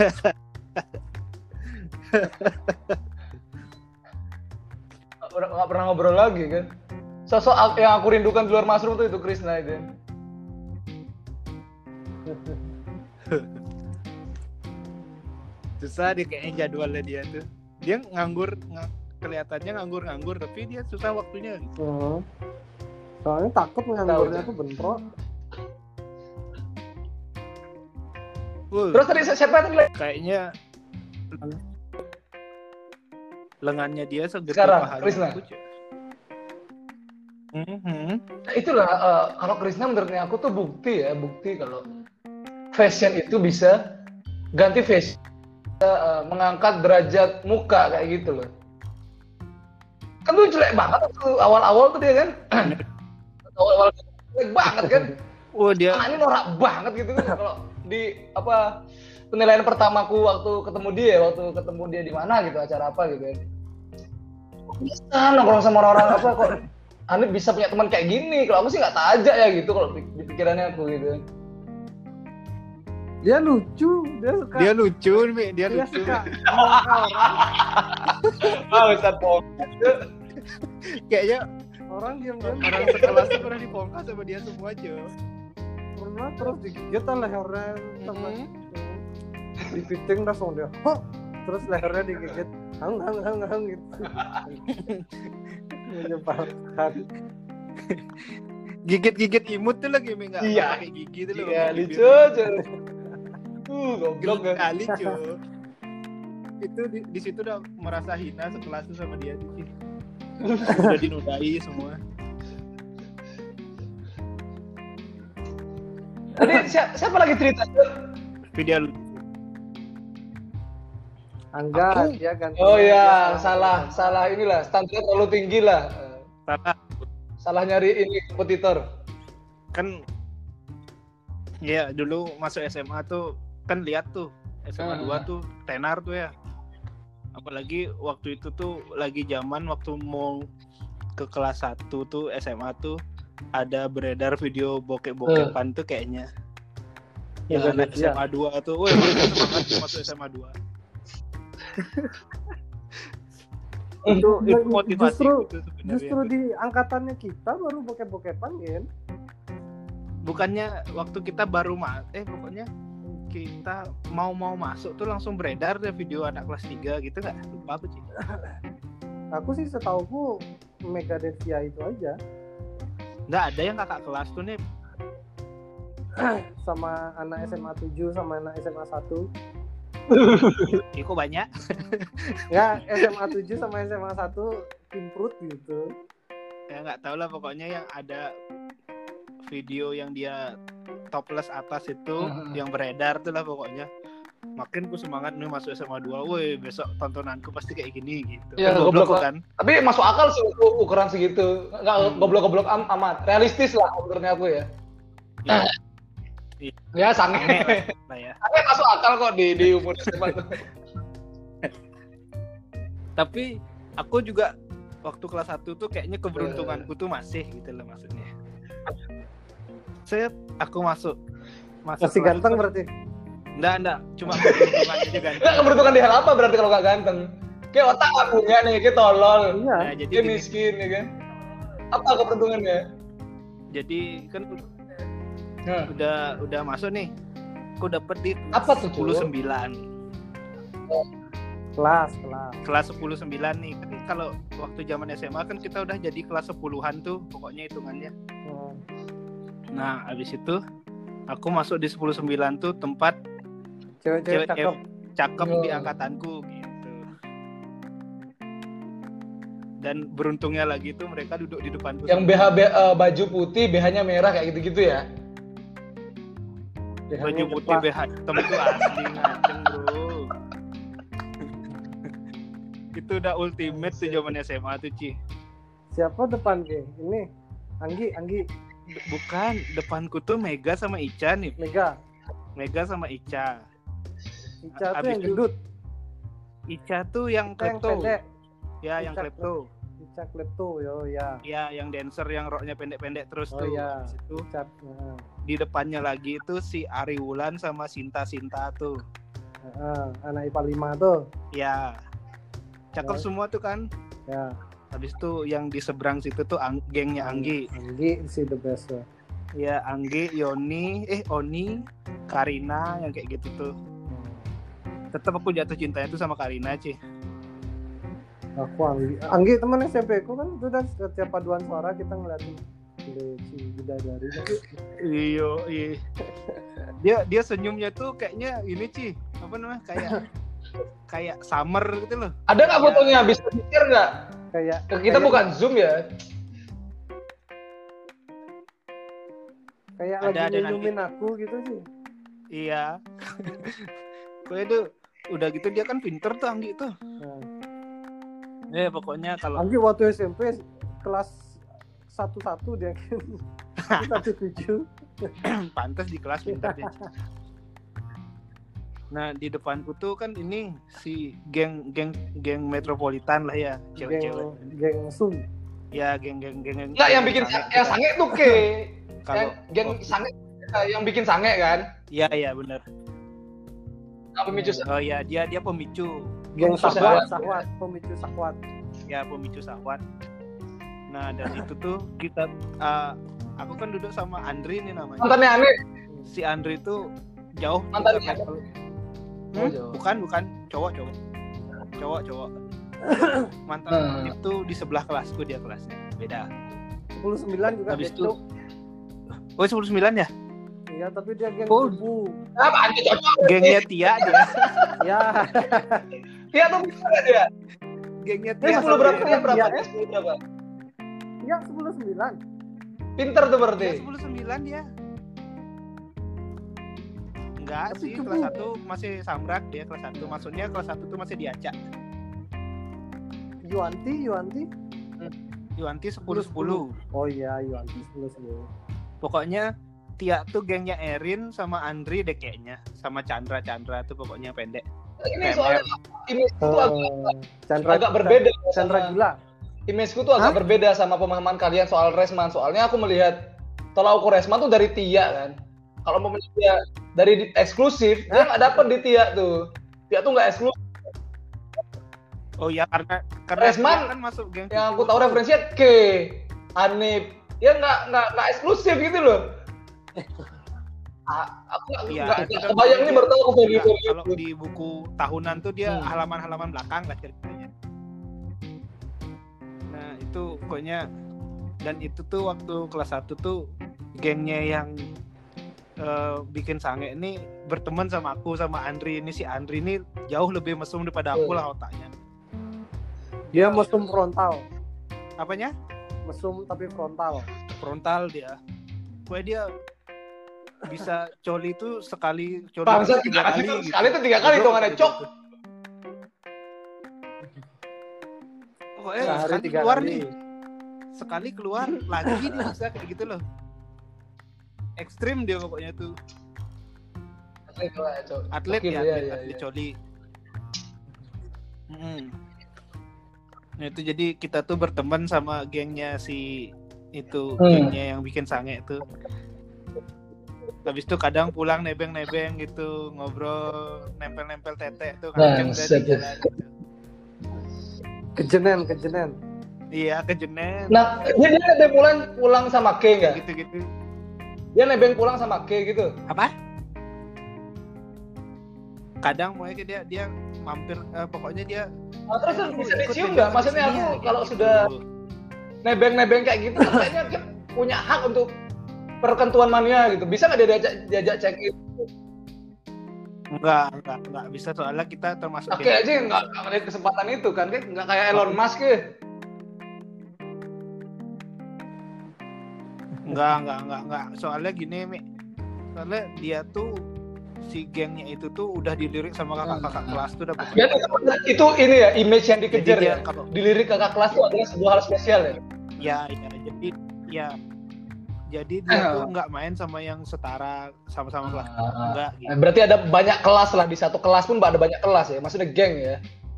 Nggak pernah ngobrol lagi kan. Sosok yang aku rindukan di luar Mushroom tuh itu Krisna itu. Susah dia kayaknya jadwalnya dia tuh. Dia nganggur, kelihatannya nganggur tapi dia susah waktunya. Soalnya takut nganggurnya tuh bentrok. Terus tadi siapa tadi? Kayaknya lengannya dia segede sekarang pahanya. Krisna. Nah, itulah kalau Krisna menurutnya aku tuh bukti kalau fashion itu bisa ganti fashion, mengangkat derajat muka kayak gitu loh. Kan tuh jelek banget tuh awal-awal tuh dia kan. Awal-awal jelek banget kan. Dia ini norak banget gitu kan kalau di penilaian pertamaku waktu ketemu dia di mana gitu, acara apa gitu ya. Bisa nongkrong sama orang kok Anip bisa punya teman kayak gini. Kalau aku sih nggak tajak ya gitu kalau di pikirannya aku gitu. Dia lucu. Dia lucu. Suka orang. Ustaz Pong. Kayaknya orang diam-diam orang sekelas tuh pernah dipongkas sama dia semua aja. Pernah terus digigit lehernya sama dipiting langsung dia. Terus lehernya digigit. Hang gitu. Menyebalkan. Gigit imut tuh lagi enggak pakai gigi tuh loh. Iya, lucu aja. Goblok kali, cuy. Itu di situ udah merasa hina sekelas tuh sama dia sih. Udah dinodai semua. Tadi siapa lagi cerita? Video Angga, dia ganti. Oh ya, salah inilah, standarnya terlalu tinggi lah. Salah nyari ini kompetitor. Kan ya dulu masuk SMA tuh kan lihat tuh SMA 2 tuh tenar tuh ya. Apalagi waktu itu tuh lagi zaman waktu mau ke kelas 1 tuh SMA tuh ada beredar video bokep-bokepan tuh kayaknya. Yang anak SMA 2 tuh, woi semangat masuk SMA 2. itu motivasi justru di angkatannya kita baru bokep-bokepan kan? Bukannya waktu kita baru pokoknya kita mau masuk tuh langsung beredar deh video anak kelas 3 gitu nggak? Lupa aku sih. Aku sih setauku Megadevia itu aja. Nggak ada yang kakak kelas tuh nih. Sama anak SMA 7 sama anak SMA 1. Kok banyak? Ya SMA 7 sama SMA 1 improve gitu. Ya nggak tahu lah pokoknya yang ada video yang dia topless atas itu yang beredar tuh lah pokoknya. Makin ku semangat nih masuk SMA 2. Woi, besok tontonanku pasti kayak gini gitu. Ya, goblok kan. Tapi masuk akal sih ukuran segitu. Enggak goblok-goblok amat. Realistis lah menurut aku ya. Ya sange. Nah, ya. Sange masuk akal kok di umur SMA. Tapi aku juga waktu kelas 1 tuh kayaknya keberuntunganku tuh masih gitu loh maksudnya. Aku masuk masih ganteng berarti. Enggak, cuma keberuntungan aja ganteng. Enggak, keberuntungan di hal apa berarti kalau enggak ganteng? Kayak otak enggak punya nih, kayak tolol. Iya. Nah, jadi dia miskin ya kan. Apa keberuntungannya? Jadi kan udah masuk nih. Aku dapet di Apa tuh, 10-9. Kelas 10-9 nih. Kan kalau waktu zaman SMA kan kita udah jadi kelas 10-an tuh pokoknya hitungannya. Nah, habis itu aku masuk di 10-9 tuh tempat cewek cakep di angkatanku gitu. Dan beruntungnya lagi tuh mereka duduk di depanku. Yang baju putih, BH-nya merah kayak gitu-gitu ya. Baju putih BH hitam itu asli ngaceng, Bro. Itu udah ultimate tuh zaman SMA tuh, Ci. Siapa depan ke? Ini Anggi. Bukan, depanku tuh Mega sama Ica nih. Mega sama Ica. Ica tuh yang gendut. Ica tuh yang klepto. Ya, yang klepto. Ica klepto, yo ya. Ya, yang dancer yang roknya pendek-pendek terus Oh, tuh. ya. Itu Ica. di depannya lagi itu si Ari Wulan sama Sinta tuh. Anak IPA 5 tuh. Ya. Cakep semua tuh kan. Ya. Habis itu yang di seberang situ tuh gengnya Anggi. Anggi sih the best ya. Ya, Anggi, Oni, Karina yang kayak gitu tuh. Tetap aku jatuh cintanya tuh sama Karina, Ci. Aku Anggi teman SMP ku kan itu udah setiap paduan suara kita ngeliatin si bidadari. Iya. Dia senyumnya tuh kayaknya ini, Ci. Apa namanya? Kayak summer gitu loh. Ada nggak fotonya? Bisa share nggak? Kita bukan Zoom ya. Kayak lagi nyiumin aku gitu sih. Iya. Kayak tuh udah gitu dia kan pinter tuh Anggi tuh. Pokoknya kalau Anggi waktu SMP kelas 11 dia kan 17. pantas di kelas pinter dia. Nah, di depanku tuh kan ini si geng metropolitan lah ya, cewek-cewek. Geng Sung. Ya, geng. Enggak, yang bikin sange tuh kalau geng sange yang bikin sange kan? Iya, benar. Pemicu. Oh iya, dia pemicu. Geng Sahwat, pemicu Sahwat. Ya, pemicu Sahwat. Nah, dan itu tuh kita aku kan duduk sama Andri nih namanya. Mantannya Andri. Si Andri tuh jauh mantannya. Bukan cowok. Mantan itu di sebelah kelasku dia kelasnya. Beda. 10-9 juga. Habis itu. Oh, 10-9 ya? Iya, tapi dia geng kubu. Apa anjir cocok? Gengnya Tia dia. Ya. Tia tuh bisa enggak dia? Gengnya Tia. 10 berapa? Ya, 10 berapa? Ya, 10-9. Pinter tuh berarti. Ya, 10-9 dia. Enggak tapi sih, kelas 1 masih samrak dia kelas 1. Maksudnya kelas 1 tuh masih diacak. Yuanti 10-10. Oh iya, Yuanti 10-10. Pokoknya Tia tuh gengnya Erin sama Andri deh kayaknya. Sama Chandra tuh pokoknya pendek. Ini soalnya image-ku tuh agak berbeda. Chandra Gila. Image-ku tuh agak berbeda sama pemahaman kalian soal Resman. Soalnya aku melihat tolak ukur Resman tuh dari Tia kan. Kalau mau dia dari eksklusif, dia nggak dapet di Tia tuh. Tia tuh nggak eksklusif. Oh iya, karena Resman kan masuk geng. Yang aku tahu referensinya Anip. Ya nggak eksklusif gitu loh. Aku nggak kebayang ini baru tahu aku kalau di buku tahunan tuh dia halaman-halaman belakang lah ceritanya. Nah itu pokoknya, dan itu tuh waktu kelas 1 tuh gengnya yang bikin sange ini berteman sama aku sama Andri. Ini si Andri ini jauh lebih mesum daripada aku lah otaknya. Dia mesum frontal. Apanya? Mesum tapi frontal. Frontal dia. Pokoknya dia bisa coli itu sekali, coli Bangsa 3 kali gitu. Sekali itu 3 kali hitungannya, Cok. Pokoknya Sehari sekali 3 keluar kali. nih. Sekali keluar lagi dia bisa kayak gitu loh. Ekstrim dia pokoknya tuh. Atlet ya, atlet coli. Nah itu jadi kita tuh berteman sama gengnya si itu, gengnya yang bikin sange itu. Habis itu kadang pulang nebeng-nebeng gitu, ngobrol, nempel-nempel tete tuh kenceng dari jalan gitu. Kejenen. Iya, ke Jenen. Nah, dia nebeng pulang sama K nggak? Gitu-gitu. Dia nebeng pulang sama K gitu. Apa? Kadang mau dia mampir, pokoknya dia. Terus bisa dicium nggak? Maksudnya aku kalau gitu. Sudah nebeng kayak gitu, kayaknya kan punya hak untuk perkentuan mania gitu. Bisa nggak dia diajak check in? Enggak bisa, soalnya kita termasuk. Oke aja nggak ada kesempatan itu kan, nggak kayak Elon Musk ya. Enggak. Soalnya gini, Mi. Soalnya dia tuh si gengnya itu tuh udah dilirik sama kakak kelas tuh udah pokoknya. Itu ini ya, image yang dikejar ya. Kalau dilirik kakak kelas tuh adalah sebuah hal spesial ya. Jadi dia tuh nggak main sama yang setara sama-sama kelas. Enggak gitu. Berarti ada banyak kelas lah, di satu kelas pun ada banyak kelas ya. Maksudnya geng ya.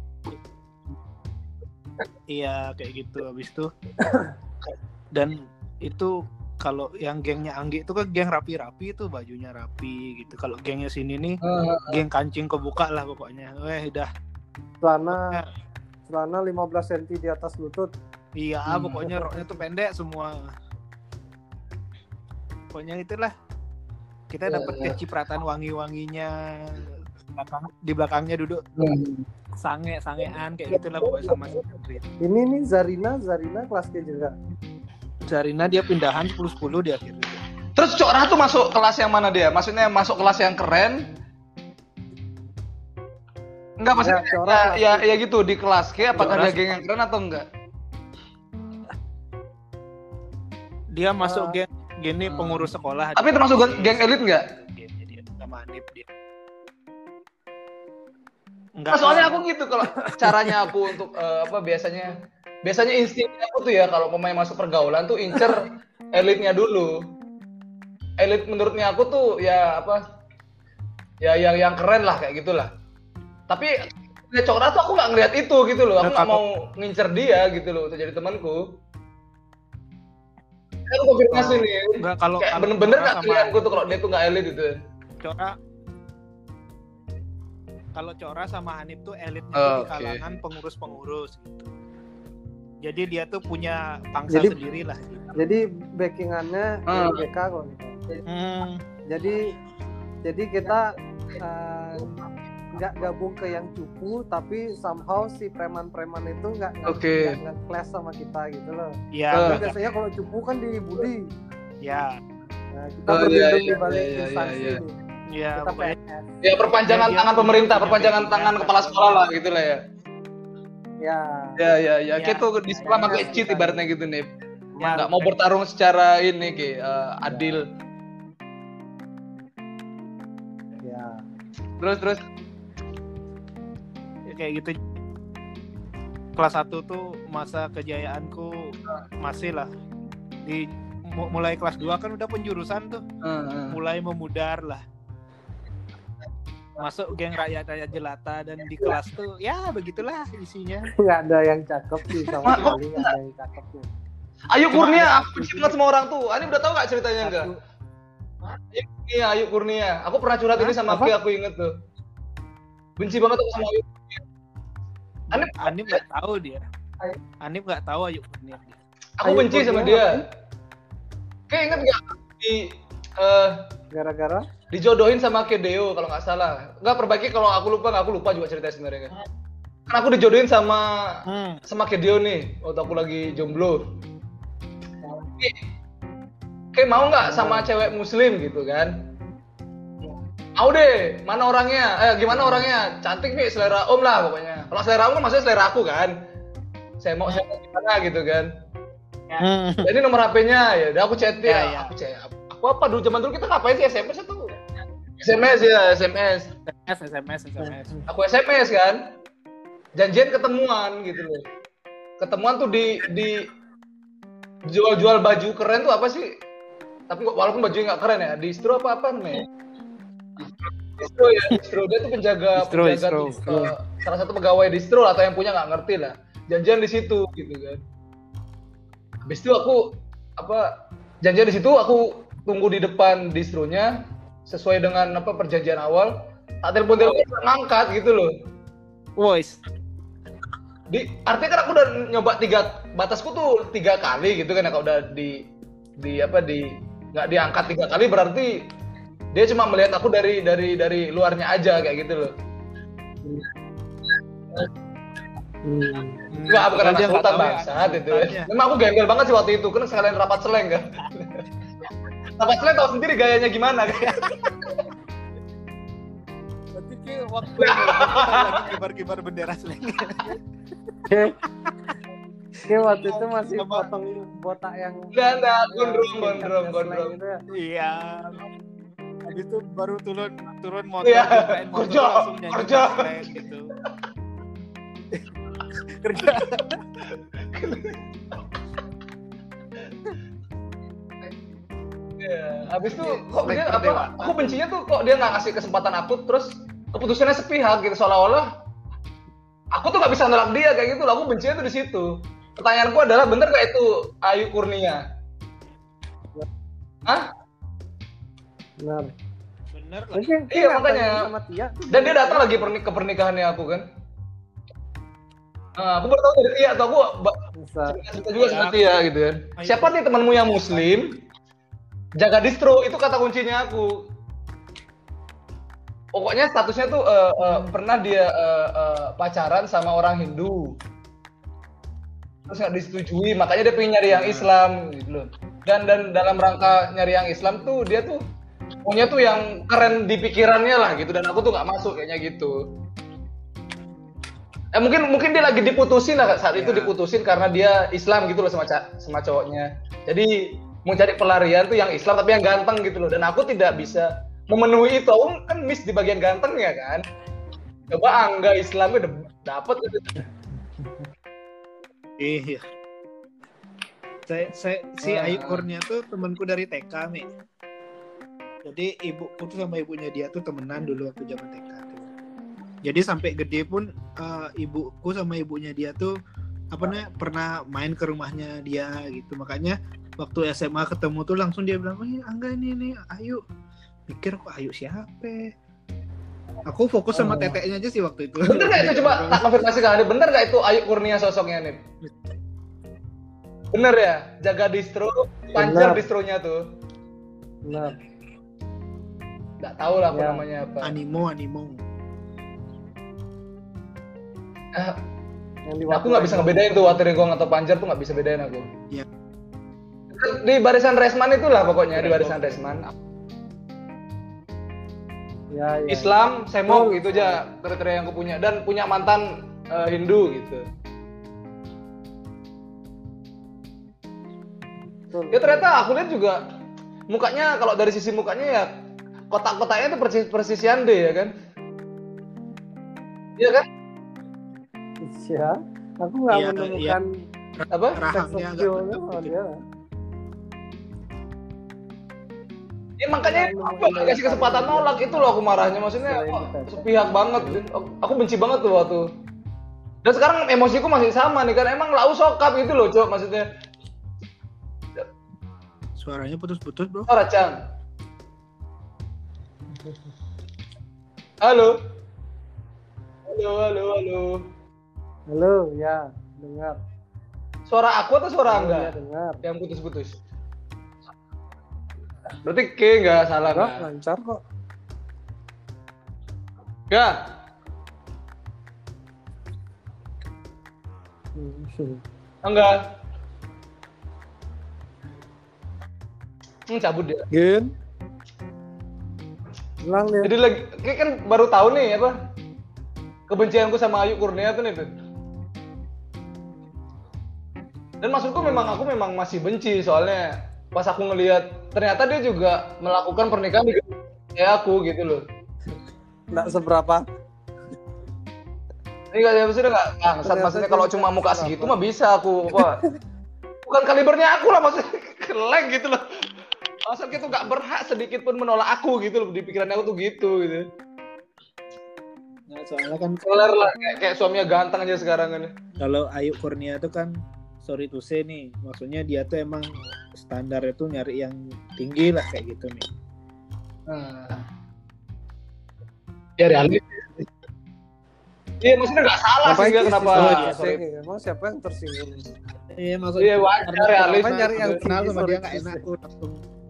Iya, kayak gitu. Habis itu dan itu kalau yang gengnya Anggi itu kan geng rapi-rapi tuh, bajunya rapi gitu. Kalau gengnya sini nih geng kancing kebuka lah pokoknya. Udah celana 15 cm di atas lutut. Iya, pokoknya roknya tuh pendek semua. Pokoknya itulah. Kita dapat kecipratan wangi-wanginya. Di belakangnya duduk sange-sangean kayak gitulah pokoknya sama si Andri. Ini nih Zarina kelasnya juga. Zarina dia pindahan 10-10 di akhirnya. Terus Cokra tuh masuk kelas yang mana dia? Maksudnya masuk kelas yang keren? Enggak, maksudnya ya gitu di kelas K. Apakah dia geng yang keren atau enggak? Dia masuk geng gini pengurus sekolah. Tapi termasuk geng elit enggak? Dia sama Anip dia. Enggak. Soalnya aku gitu kalau caranya aku untuk biasanya instingnya aku tuh ya kalau pemain masuk pergaulan tuh incer elitnya dulu. Elit menurutnya aku tuh ya yang keren lah kayak gitulah. Tapi Cokra tuh aku nggak ngeliat itu gitu loh. Aku nggak mau ngincer dia gitu loh untuk jadi temanku. Aku konfirmasi nih. Enggak, kalau bener-bener nggak kelihatanku tuh kalau dia tuh nggak elit gitu. Kalau Cokra sama Hanif tuh elitnya tuh di kalangan pengurus-pengurus gitu. Jadi dia tuh punya pangsa sendiri lah. Gitu. Jadi backingannya dari BK kok. Jadi kita nggak gabung ke yang cupu, tapi somehow si preman-preman itu nggak clash sama kita gitu loh. Iya. Biasanya kalau cupu kan dibully. Iya. Nah, kita berlindung di balik instansi itu. Iya. Kita PNS. Ya perpanjangan tangan pemerintah, perpanjangan tangan kepala sekolah lah gitu lah ya. Ya. Kayak tuh di sekolah pakai cheat ibaratnya gitu nih. Nggak mau bertarung secara ini adil. Ya. Terus ya, kayak gitu. Kelas 1 tuh masa kejayaanku masih lah. Mulai kelas 2 kan udah penjurusan tuh. Mulai memudar lah. Masuk geng rakyat jelata dan di kelas tuh ya begitulah isinya. Nggak ada yang cakep sih sama sekali, nggak ada yang cakepnya. Ayu Kurnia, aku benci banget sama orang tuh. Ani udah tahu nggak ceritanya enggak? Ayu Kurnia. Aku pernah curhat ini sama Ki, aku inget tuh. Benci banget aku sama Ayu Kurnia. Anip nggak tahu dia. Anip nggak tahu Ayu Kurnia. Aku benci sama dia. Kayak inget nggak gara-gara dijodohin sama Kedeo kalau nggak salah. Nggak, perbaiki kalau aku lupa juga cerita sebenarnya. Kan aku dijodohin sama Kedeo nih waktu aku lagi jomblo. Kayak mau nggak sama cewek muslim gitu kan? Mau deh, mana orangnya? Gimana orangnya? Cantik nih, selera om lah pokoknya. Kalau selera om kan maksudnya selera aku kan. Saya mau gimana gitu kan. Jadi nomor HP-nya ya udah aku chat dia. Aku apa dulu zaman dulu kita ngapain sih, SMS atau SMS. Aku SMS kan. Janjian ketemuan gitu loh. Ketemuan tuh di jual baju keren tuh apa sih? Tapi walaupun bajunya nggak keren ya, distro apa namanya? Distro dia tuh penjaga salah satu pegawai distro atau yang punya nggak ngerti lah. Janjian di situ gitu kan. Habis itu aku janjian di situ, aku tunggu di depan distronya sesuai dengan perjanjian awal. Tak telepon ngangkat gitu loh. Voice. artinya kan aku udah nyoba batasku tuh 3 kali gitu kan ya, kalau udah nggak diangkat 3 kali berarti dia cuma melihat aku dari luarnya aja kayak gitu loh. Enggak, bukan anak sultan bangsat itu. Memang aku gembel banget sih waktu itu, kan sekalian rapat seleng kan. Rapat seleng tahu sendiri gayanya gimana kan. Berarti kayak waktu lagi kibar-kibar bendera seleng. Kayak waktu itu masih potong botak yang enggak, gondrong gitu ya. Iya. Habis itu baru turun motor, iya. motor langsung nyanyi seleng gitu. Kerja. Habis itu kok dia aku bencinya tuh kok dia nggak ngasih kesempatan aku, terus keputusannya sepihak gitu, seolah-olah aku tuh nggak bisa nolak dia kayak gitu. Aku bencinya tuh di situ. Pertanyaanku adalah, bener nggak itu Ayu Kurnia? Hah? Benar lah. Iya makanya. Sama Tia. Dan dia datang lagi ke pernikahannya aku kan. Aku baru tahu dari Tia, atau aku cerita juga sama Tia gitu kan. Siapa nih temanmu yang Muslim? Jaga distro, itu kata kuncinya aku. Pokoknya statusnya tuh pernah dia pacaran sama orang Hindu. Terus nggak disetujui, makanya dia pengen nyari yang Islam gitu loh. Dan dalam rangka nyari yang Islam tuh dia tuh maunya tuh yang keren di pikirannya lah gitu, dan aku tuh nggak masuk kayaknya gitu. Mungkin dia lagi diputusin lah saat itu, diputusin karena dia Islam gitu loh sama cowoknya. Jadi mau cari pelarian tuh yang Islam tapi yang ganteng gitu loh, dan aku tidak bisa memenuhi itu. Aku kan miss di bagian ganteng ya kan. Coba Angga Islamnya udah dapet gitu. Iya. Si Ayu Kurnia tuh temanku dari TK, Mi. Jadi ibuku tuh sama ibunya dia tuh temenan dulu waktu zaman TK tuh. Jadi sampai gede pun ibuku sama ibunya dia tuh pernah main ke rumahnya dia gitu. Makanya waktu SMA ketemu tuh langsung dia bilang, "Oh, Angga ini Ayu." Mikir kok Ayu siapa? Aku fokus sama teteknya aja sih waktu itu. Bener nggak itu? Coba tak konfirmasi kan, bener nggak itu Ayu Kurnia sosoknya nih? Bener ya? Jaga distro, panjar distronya tuh. Benar. Nggak tahu lah aku namanya apa. Animo. Aku nggak bisa ngebedain tuh Waterigong atau Panjar tuh, nggak bisa bedain aku. Iya. Di barisan Resman itulah pokoknya, di barisan Resman. Ya. Islam, Semok gitu aja kriteria yang aku punya, dan punya mantan Hindu gitu. Ya ternyata aku lihat juga mukanya, kalau dari sisi mukanya ya kotak-kotaknya itu persis Yande ya kan? Iya kan? Iya. Aku nggak menemukan apa? Rahangnya agak Ya makanya aku gak kasih kesempatan nolak, itu loh aku marahnya, maksudnya sepihak banget. Aku benci banget tuh waktu. Dan sekarang emosiku masih sama nih kan, emang lau sokap gitu loh Cok, maksudnya. Suaranya putus-putus bro. Suara Cang. Halo. Halo, ya, dengar. Suara aku atau suara Angga? Ya, dengar. Yang putus-putus. Berarti K nggak salah Enggak, kan? lancar kok. Nggak. Enggak. Cabut dia. Gen. Hilang dia. Jadi lagi, kayak kan baru tahu nih apa kebencianku sama Ayu Kurnia tuh nih. Dan maksudku aku memang masih benci, soalnya pas aku ngelihat ternyata dia juga melakukan pernikahan kayak aku gitu loh. Nggak seberapa. Ini nggak sudah nggak bangsat, maksudnya kalau cuma muka segitu mah bisa aku apa? Bukan kalibernya aku lah, maksudnya keleng gitu loh. Maksudnya itu nggak berhak sedikit pun menolak aku gitu loh, di pikiran aku tuh gitu. Nah, soalnya kan kelar lah kayak suaminya ganteng aja sekarang kan. Kalau Ayu Kurnia itu kan sorry to say nih, maksudnya dia tuh emang standar itu nyari yang tinggi lah kayak gitu nih. Ya realis. Iya, maksudnya nggak salah sih, nggak kenapa? Emang siapa yang tersinggung? Iya maksudnya. Iya wajar realis. Kenapa nyari yang kenal tinggi, sama dia sorry, nggak enak tuh langsung.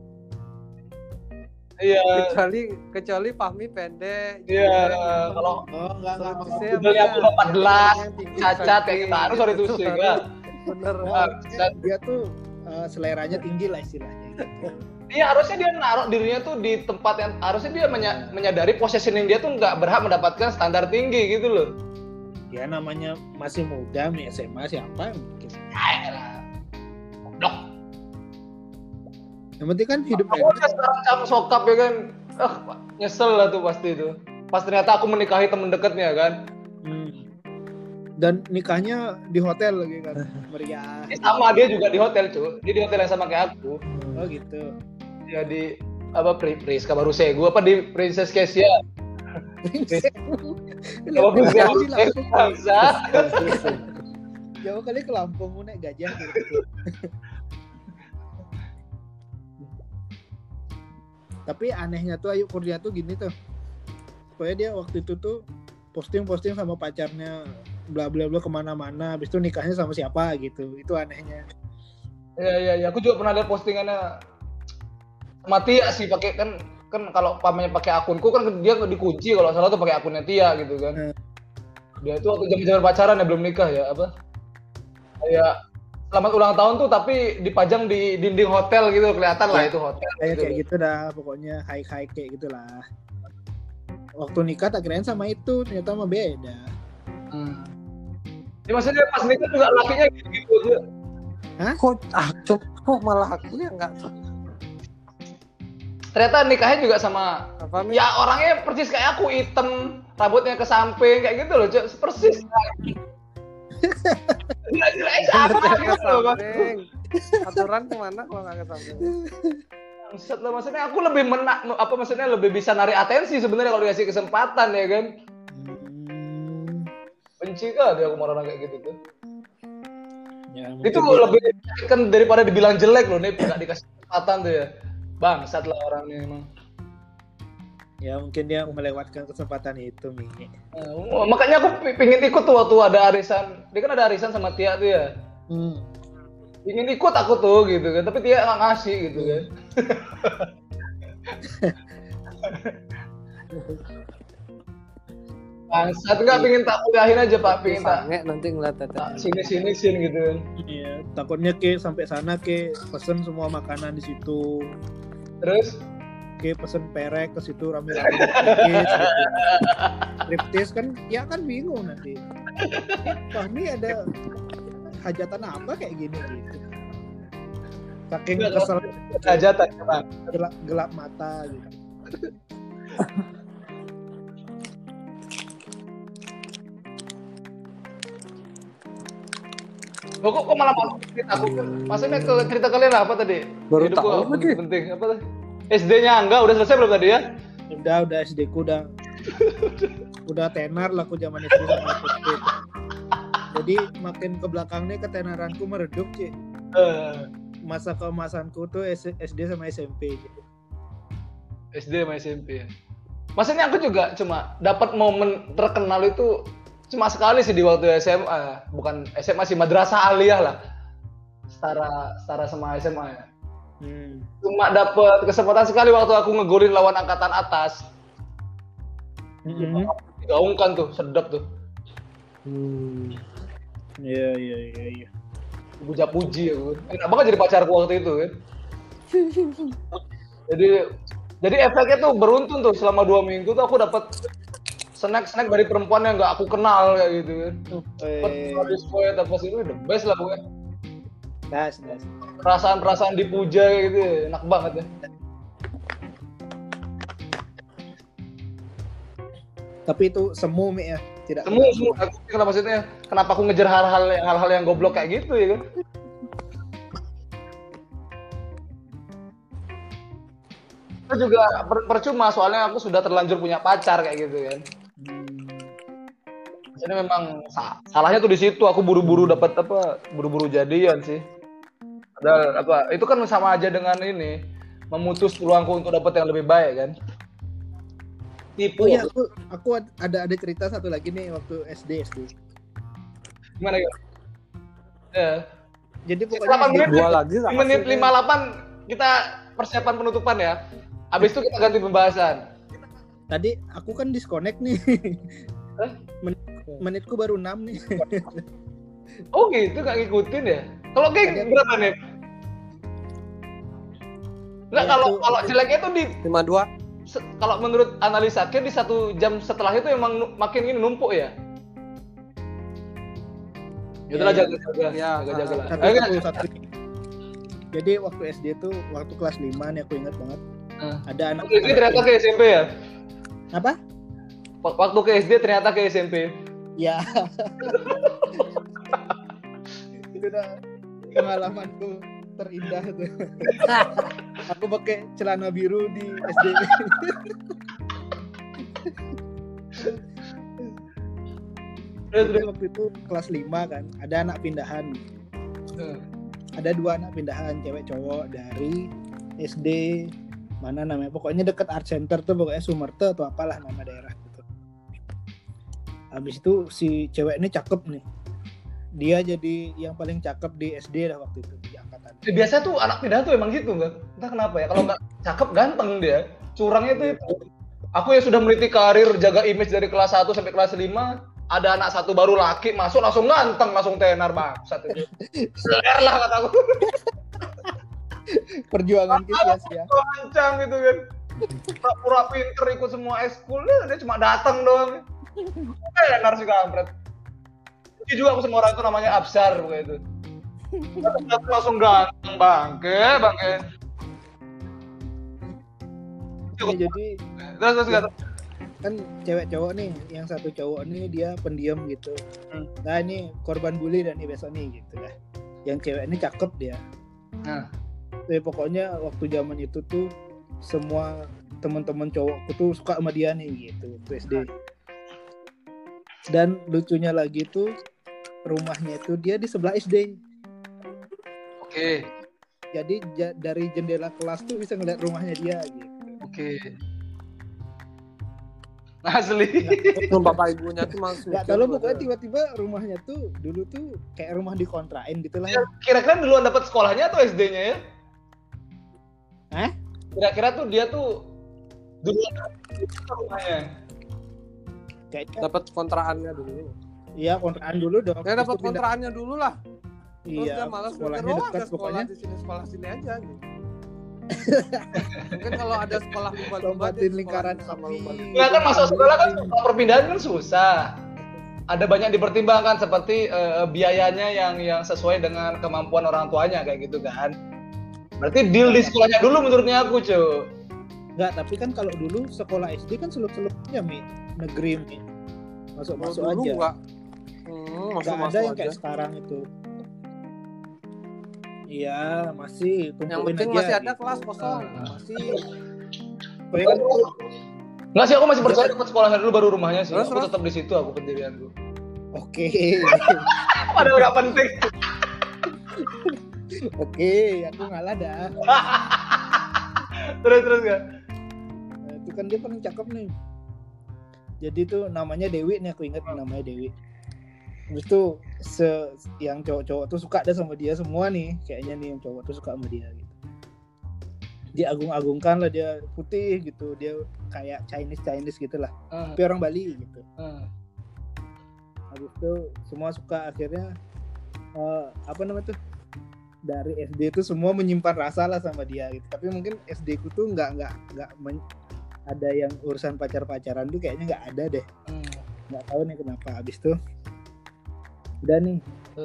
Iya. kecuali Fahmi pendek. Iya, kalau Enggak. udah aku 14, cacat kayak kita harus sorry itu sih, enggak. Bener. Dia tuh seleranya tinggi lah istilahnya. Iya, harusnya dia naruh dirinya tuh di tempat yang harusnya dia menyadari positioning dia tuh nggak berhak mendapatkan standar tinggi gitu loh. Ya namanya masih muda, nih SMA siapa yang mungkin. Dok. Yang penting kan hidup Aku udah sekarang campur sokap ya kan. Nyesel lah tuh pasti itu. Pas ternyata aku menikahi temen dekatnya kan. Dan nikahnya di hotel lagi kan, meriah. Sama dia juga di hotel cuy. Dia di hotel yang sama kayak aku. Oh gitu. Dia di apa Priska baru Segu apa di Princess Kesia. Kalau bisa. Jauh kali ke Lampung naik gajah gitu. Tapi anehnya tuh Ayu Kurnia tuh gini tuh. Pokoknya dia waktu itu tuh posting sama pacarnya bla bla bla kemana-mana, habis itu nikahnya sama siapa gitu. Itu anehnya. Iya. Aku juga pernah lihat postingannya sama Tia sih pakai kan kalau pamannya pakai akunku kan dia dikunci kalau salah tuh pakai akunnya Tia gitu kan. Dia tuh waktu zaman pacaran ya belum nikah ya apa? Kayak selamat ulang tahun tuh tapi dipajang di dinding hotel gitu kelihatan lah itu hotel. Kayak gitu dah pokoknya high kayak gitulah. Waktu nikah tak kirain sama itu ternyata mah beda. Ya maksudnya pas nikah juga lakinya gitu. Hah? Kok malah aku yang nggak tahu. Ternyata nikahnya juga sama Apa, ya orangnya persis kayak aku, hitam, rambutnya ke samping kayak gitu loh, persis. Gila-gila sama gitu loh. Aturan kemana kalau nggak ke samping? Bangsat lah, maksudnya aku lebih maksudnya lebih bisa narik atensi sebenarnya kalau dikasih kesempatan ya kan. Benci kali aku marah kayak gitu tuh. Ya, itu lebih kan daripada dibilang jelek loh nih, nggak dikasih kesempatan tuh ya. Bangsat lah orangnya emang. Ya mungkin dia melewatkan kesempatan itu, Mi. Makanya aku pengen ikut tuh waktu ada arisan. Dia kan ada arisan sama Tia tuh ya. Ingin ikut aku tuh gitu kan, tapi Tia nggak ngasih gitu kan. Bangsat, nggak pengen tak kuliahin aja Pak, pengen tak. Nanti ngeliat Sini gitu kan. Iya, takutnya ke sampai sana ke pesen semua makanan di situ. Terus ke pesen perek ke situ rame-rame gitu. Striptease kan, ya kan bingung nanti. Fahmi ada hajatan apa kayak gini gitu. Saking kesel hajatan Pak. Gelap mata gitu. Kok malah cerita aku kan? Maksudnya ke cerita kalian apa tadi? Baru tahu apa sih? Penting apa tadi? SD-nya enggak, udah selesai belum tadi ya? Udah SD ku udah tenar lah aku zaman SD sama SMP. Jadi makin ke belakangnya ketenaranku meredup, Ci. Masa keemasanku tuh SD sama SMP gitu. SD sama SMP ya. Maksudnya aku juga cuma dapat momen terkenal itu cuma sekali sih di waktu SMA, bukan SMA sih, madrasah aliyah lah. Setara sama SMA ya. Cuma dapat kesempatan sekali waktu aku ngegolin lawan angkatan atas. Digaungkan tuh, sedap tuh. Iya. Puja-puji aku. Enak banget jadi pacarku waktu itu kan. Jadi efeknya tuh beruntun tuh, selama 2 minggu tuh aku dapat snack dari perempuan yang nggak aku kenal kayak gitu kan. Habis poet apa sih itu the best lah pokoknya. Das. Perasaan dipuja kayak gitu, enak banget ya. Tapi itu semu, Mi ya, tidak. Semu. Kenapa maksudnya? Kenapa aku ngejar hal-hal yang goblok kayak gitu ya kan? Itu juga percuma soalnya aku sudah terlanjur punya pacar kayak gitu kan. Jadi memang salahnya tuh di situ, aku buru-buru dapat buru-buru jadian sih. Padahal itu kan sama aja dengan ini memutus peluangku untuk dapat yang lebih baik kan. Tipu. Oh iya, aku ada cerita satu lagi nih waktu SD. Gimana ya? Jadi 8 pokoknya menit, dua lagi lah. menit 58 kita persiapan penutupan ya. Habis itu kita ganti pembahasan. tadi aku kan disconnect nih. Menitku baru 6 nih. Oh gitu, nggak ngikutin ya? Kalau kayak berapa nih? Enggak, kalau jeleknya tuh di 52. Kalau menurut analisa Kir di 1 jam setelah itu emang makin ini numpuk ya? Itulah jaga lah. Satu. Jadi waktu SD tuh waktu kelas 5 nih aku ingat banget. Ada anak. Ini ternyata ke SMP ya? Apa? Waktu ke SD ternyata ke SMP. Ya. Itu udah pengalamanku terindah tuh. Aku pakai celana biru di SD. Waktu itu kelas 5 kan, ada anak pindahan. Ada 2 anak pindahan, cewek cowok dari SD mana namanya, pokoknya deket Art Center tuh, pokoknya Sumerte atau apalah nama daerah gitu. Habis itu si cewek ini cakep nih. Dia jadi yang paling cakep di SD dah waktu itu di angkatan. Biasa tuh anak pindahan tuh emang gitu nggak? Entah kenapa ya. Kalau nggak cakep ganteng dia. Curangnya itu. Aku yang sudah meneliti karir jaga image dari kelas 1 sampai kelas 5, ada anak satu baru laki masuk langsung ganteng, langsung tenar bangsat itu. Seler lah kataku. Perjuangan sia-sia. Lancang gitu kan. Pura-pura pinter ikut semua eskul, dia cuma datang doang. Tenar sih kampret. Ini juga aku sama orang itu namanya Absar begitu. Langsung ganteng bangke. Jadi terus kan cewek cowok nih, yang satu cowok nih dia pendiam gitu. Nah ini korban bully dan ini besok nih gitu lah. Yang cewek ini cakep dia. Pokoknya waktu zaman itu tuh semua teman-teman cowokku tuh suka sama dia nih gitu waktu SD. Dan lucunya lagi tuh rumahnya itu dia di sebelah SD. Oke. Jadi dari jendela kelas tuh bisa ngeliat rumahnya dia gitu. Oke. Asli. Bapak ibunya tuh masuk. Gak tahu pokoknya tiba-tiba rumahnya tuh dulu tuh kayak rumah dikontrain gitu lah. Kira-kira duluan dapat sekolahnya atau SD-nya ya? Hah? Kira-kira tuh dia tuh duluan rumahnya. Kayaknya dapat kontraannya dulu. Iya, kontrakan dulu dong. Ya dapat kontraannya dulu lah. Iya, sekolahnya dekat pokoknya. Sekolah sini aja gitu. Mungkin kalau ada sekolah lumba-lumba di lingkaran sama api. Enggak kan masuk sekolah kan perpindahan kan susah. Ada banyak dipertimbangkan seperti biayanya yang sesuai dengan kemampuan orang tuanya kayak gitu kan. Berarti deal di sekolahnya dulu menurutnya aku, cuy. Enggak, tapi kan kalau dulu sekolah SD kan seluk-seluknya negeri masuk-masuk aja. Enggak. Enggak ada yang kayak sekarang itu. Iya, masih yang penting aja, masih ada gitu. kelas kosong. Masih. Enggak sih, aku masih percaya dapat sekolahnya dulu baru rumahnya sih. Terus, aku tetap di situ aku pendirianku. Oke. Padahal enggak penting. Oke, aku ngalah dah. Terus enggak? Nah, itu kan dia paling cakep nih. Jadi tuh namanya Dewi nih, aku ingat namanya Dewi. Terus tuh yang cowok-cowok tuh suka deh sama dia semua nih, kayaknya nih yang cowok tuh suka sama dia gitu. Dia agung-agungkan lah, dia putih gitu, dia kayak Chinese gitulah. Tapi orang Bali gitu. Habis itu semua suka, akhirnya apa namanya tuh? Dari SD tuh semua menyimpan rasa lah sama dia gitu. Tapi mungkin SD ku tuh nggak ada yang urusan pacaran tuh kayaknya nggak ada deh. Nggak tahu nih kenapa. Habis tuh udah nih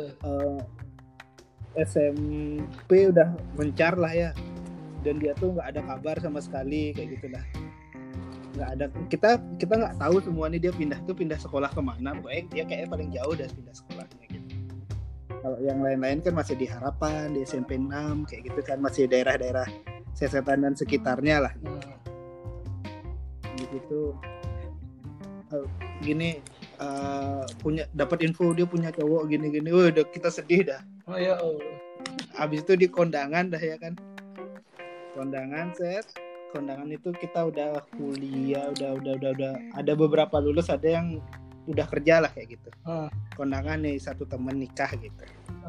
SMP udah mencar lah ya, dan dia tuh nggak ada kabar sama sekali kayak gitulah. Nggak ada, kita nggak tahu semua nih dia pindah sekolah kemana. Pokoknya dia kayaknya paling jauh dari pindah sekolahnya gitu. Kalau yang lain-lain kan masih di Harapan, di SMP 6 kayak gitu kan, masih daerah-daerah Sesetan dan sekitarnya lah gitu. Gini punya dapat info dia punya cowok gini, udah kita sedih dah. Oh ya Allah. Habis itu di kondangan dah ya kan. Kondangan set kondangan itu kita udah kuliah, udah ada beberapa lulus, ada yang udah kerja lah kayak gitu. Kondangan nih satu temen nikah gitu.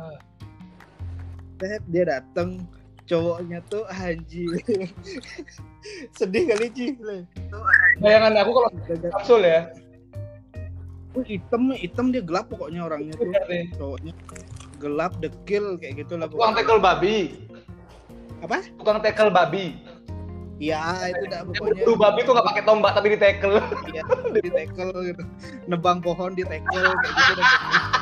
Dia datang, cowoknya tuh anjing. Sedih kali Ci. Bayangan aku kalau kapsul ya. Hitam dia gelap pokoknya orangnya tuh. Cowoknya gelap, dekil kayak gitu lah. Tukang tekel babi. Apa? Tukang tekel babi. Iya, itu dah pokoknya. Bulu babi tuh nggak pakai tombak tapi ditekel. Iya, ditekel gitu. Nebang pohon ditekel kayak gitu dah.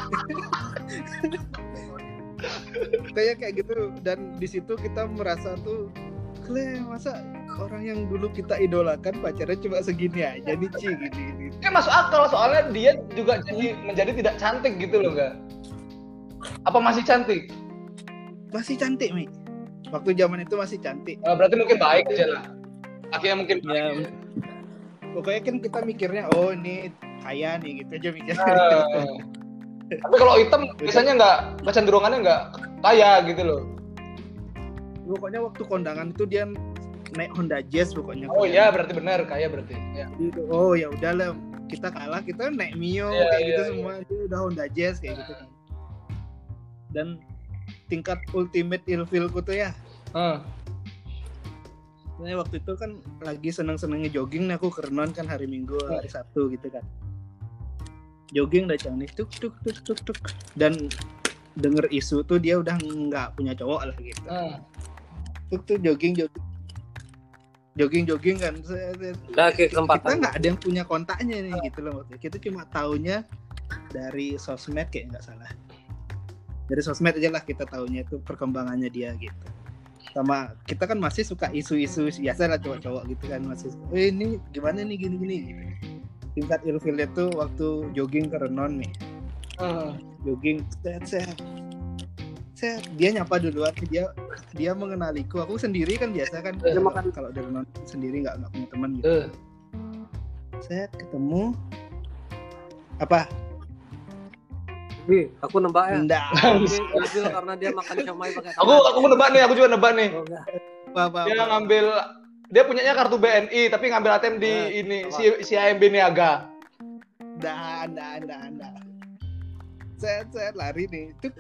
Kayak gitu, dan di situ kita merasa tuh, masa orang yang dulu kita idolakan pacarnya cuma segini aja nih Ci gini. Dia masuk akal soalnya dia juga menjadi tidak cantik gitu loh enggak? Apa masih cantik? Masih cantik Mi. Waktu zaman itu masih cantik. Berarti mungkin baik aja lah. Akhirnya mungkin baik. Ya, pokoknya kan kita mikirnya oh ini kaya nih gitu aja mikirnya. Tapi kalau hitam biasanya nggak, kecenderungannya nggak kaya gitu loh. Pokoknya waktu kondangan itu dia naik Honda Jazz pokoknya. Oh iya, berarti benar kaya berarti. Ya. Oh ya udahlah, kita kalah, kita naik Mio kayak gitu semua. Dia udah Honda Jazz kayak gitu kan. Dan tingkat ultimate ilfilku tuh ya. Nah, waktu itu kan lagi seneng-senengnya jogging nih aku ke Renon kan hari Minggu, hari Sabtu gitu kan. Jogging udah nih tuk dan denger isu tuh dia udah nggak punya cowok lah gitu. Tuh jogging kan. Udah kesempatan. Kita nggak ada yang punya kontaknya nih gitu loh waktu. Kita cuma taunya dari sosmed kayak nggak salah. Dari sosmed aja lah kita taunya itu perkembangannya dia gitu. Sama kita kan masih suka isu-isu biasa lah cowok-cowok gitu kan, masih ini gimana nih gini-gini gitu. Tingkat ilfilnya tuh waktu jogging ke Renon nih. Jogging set dia nyapa duluan, dia mengenaliku. Aku sendiri kan biasa kan dia makan kalau di Renon sendiri nggak punya teman gitu. Set ketemu apa? Aku nebak ya. Enggak. Karena dia makan siomay pakai. Aku nebak nih, aku juga nebak nih. Apa? Dia ngambil, dia punyanya kartu BNI tapi ngambil ATM di ini si AMB Niaga. Nggak. Set lari nih. Tuk.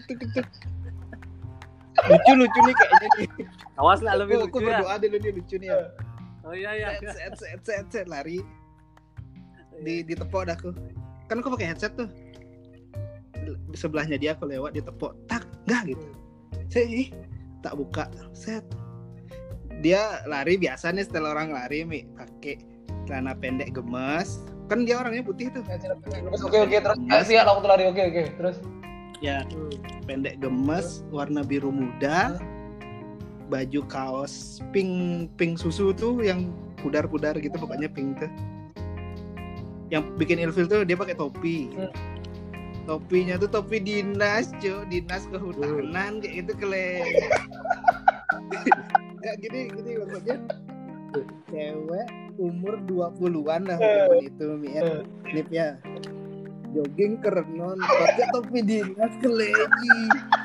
Lucu nih kayaknya nih. Awas lah lebih lucu ya. Aku berdoa dulu nih lucu nih ya. Oh iya. Set lari. Ditepok dah aku. Kan aku pakai headset tuh. Di sebelahnya dia aku lewat, dia tepok tak enggak gitu. Saya tak buka, set. Dia lari biasa nih, setelah orang lari Mi pakai celana pendek gemes. Kan dia orangnya putih tuh. Oke terus siap aku tuh lari oke terus. Ya, pendek gemes, warna biru muda. Baju kaos pink susu tuh yang pudar-pudar gitu pokoknya pink tuh. Yang bikin ilfil tuh dia pakai topi. Topinya tuh topi dinas kehutanan kayak gitu kele. Enggak gini maksudnya. Cewek umur 20-an lah itu Mi ya. Nip ya. Jogging ke Renon pakai topi dinas keleji.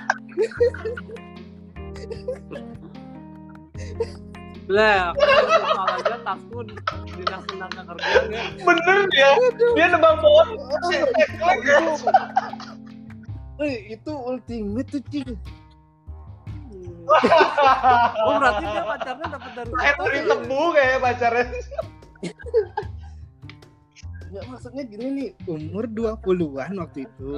Lah, kalau aja takut dinas tenaga kerja ya. Bener dia nebang pohon. Itu ultimate tuh Ci. Oh berarti dia pacarnya dapat dari tebu kayak pacarnya. Enggak, maksudnya gini nih, umur 20-an waktu itu.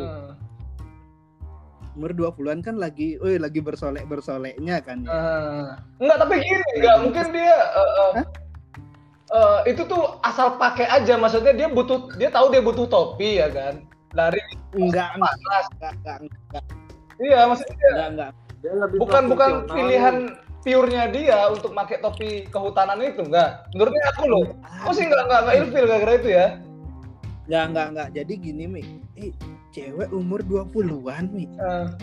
Umur 20-an kan lagi bersolek-bersoleknya kan ya. Enggak, tapi gini, enggak mungkin dia itu tuh asal pakai aja, maksudnya dia tahu dia butuh topi ya kan. Dari enggak. Iya, maksudnya enggak. Bukan pilihan pure-nya dia untuk pakai topi kehutanan itu, enggak. Menurutnya aku loh. Aku sih enggak ilfil gara-gara itu ya. Ya enggak. Jadi gini Mi. Cewek umur 20-an Mi.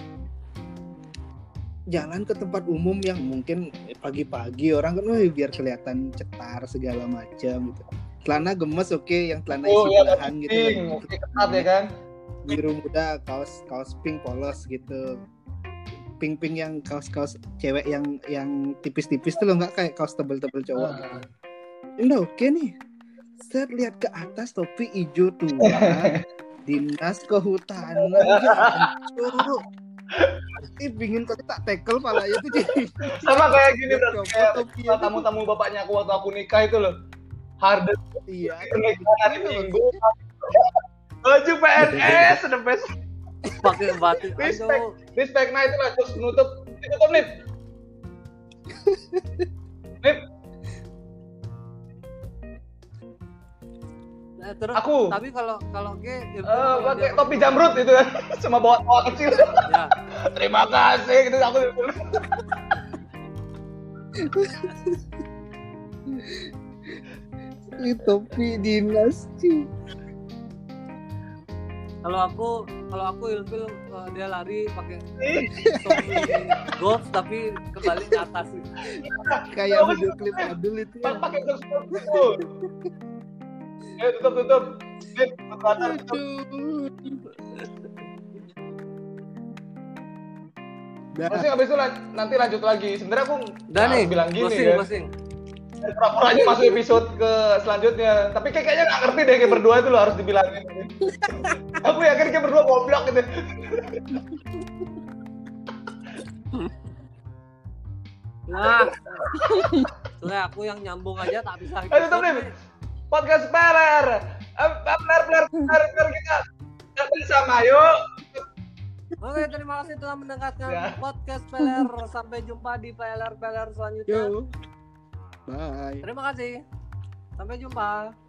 Jalan ke tempat umum yang mungkin pagi-pagi orang kan biar kelihatan cetar segala macam gitu. Celana gemes yang celana isi belahan gitu. Oke, ketat ya kan. Biru muda, kaos pink polos gitu. pink yang kaos cewek yang tipis-tipis tuh loh, nggak kayak kaos tebel-tebel cowok. Udah oke nih. Set lihat ke atas topi hijau tua, dinas kehutanan. Jancuk. Pingin kali tak tackle palanya tuh jadi. Sama kayak gini bro, kayak tamu-tamu bapaknya aku waktu aku nikah itu loh. Harden. Iya. Pernikahan hari Minggu. Baju PNS the best. Pakai batik. Respect nah itu lah terus tutup nih. Nip. Nah, terus aku. Tapi kalau pakai topi jamrut itu kan, cuma bawa kecil. Ya. Terima kasih gitu aku. Ini topi dinas sih. Kalau aku ilfil dia lari pakai topi golf tapi kembali ke atas. Kayak video klip Adul itu. Pakai itu. Tutup. Masing habis itu nanti lanjut lagi. Sebenarnya aku nih bilang gini closing. Pura-pura aja masuk episode ke selanjutnya. Tapi kayaknya nggak ngerti deh kayak berdua itu loh harus dibilangin. Aku yakin kayak berdua goblok gitu. Nah, soalnya aku yang nyambung aja tak bisa. Ayo tutup nih. Podcast Peler. Peler kita. Kita bersama yuk. Oke, terima kasih telah mendengarkan podcast Peler. Sampai jumpa di Peler selanjutnya. Yo. Bye. Terima kasih. Sampai jumpa.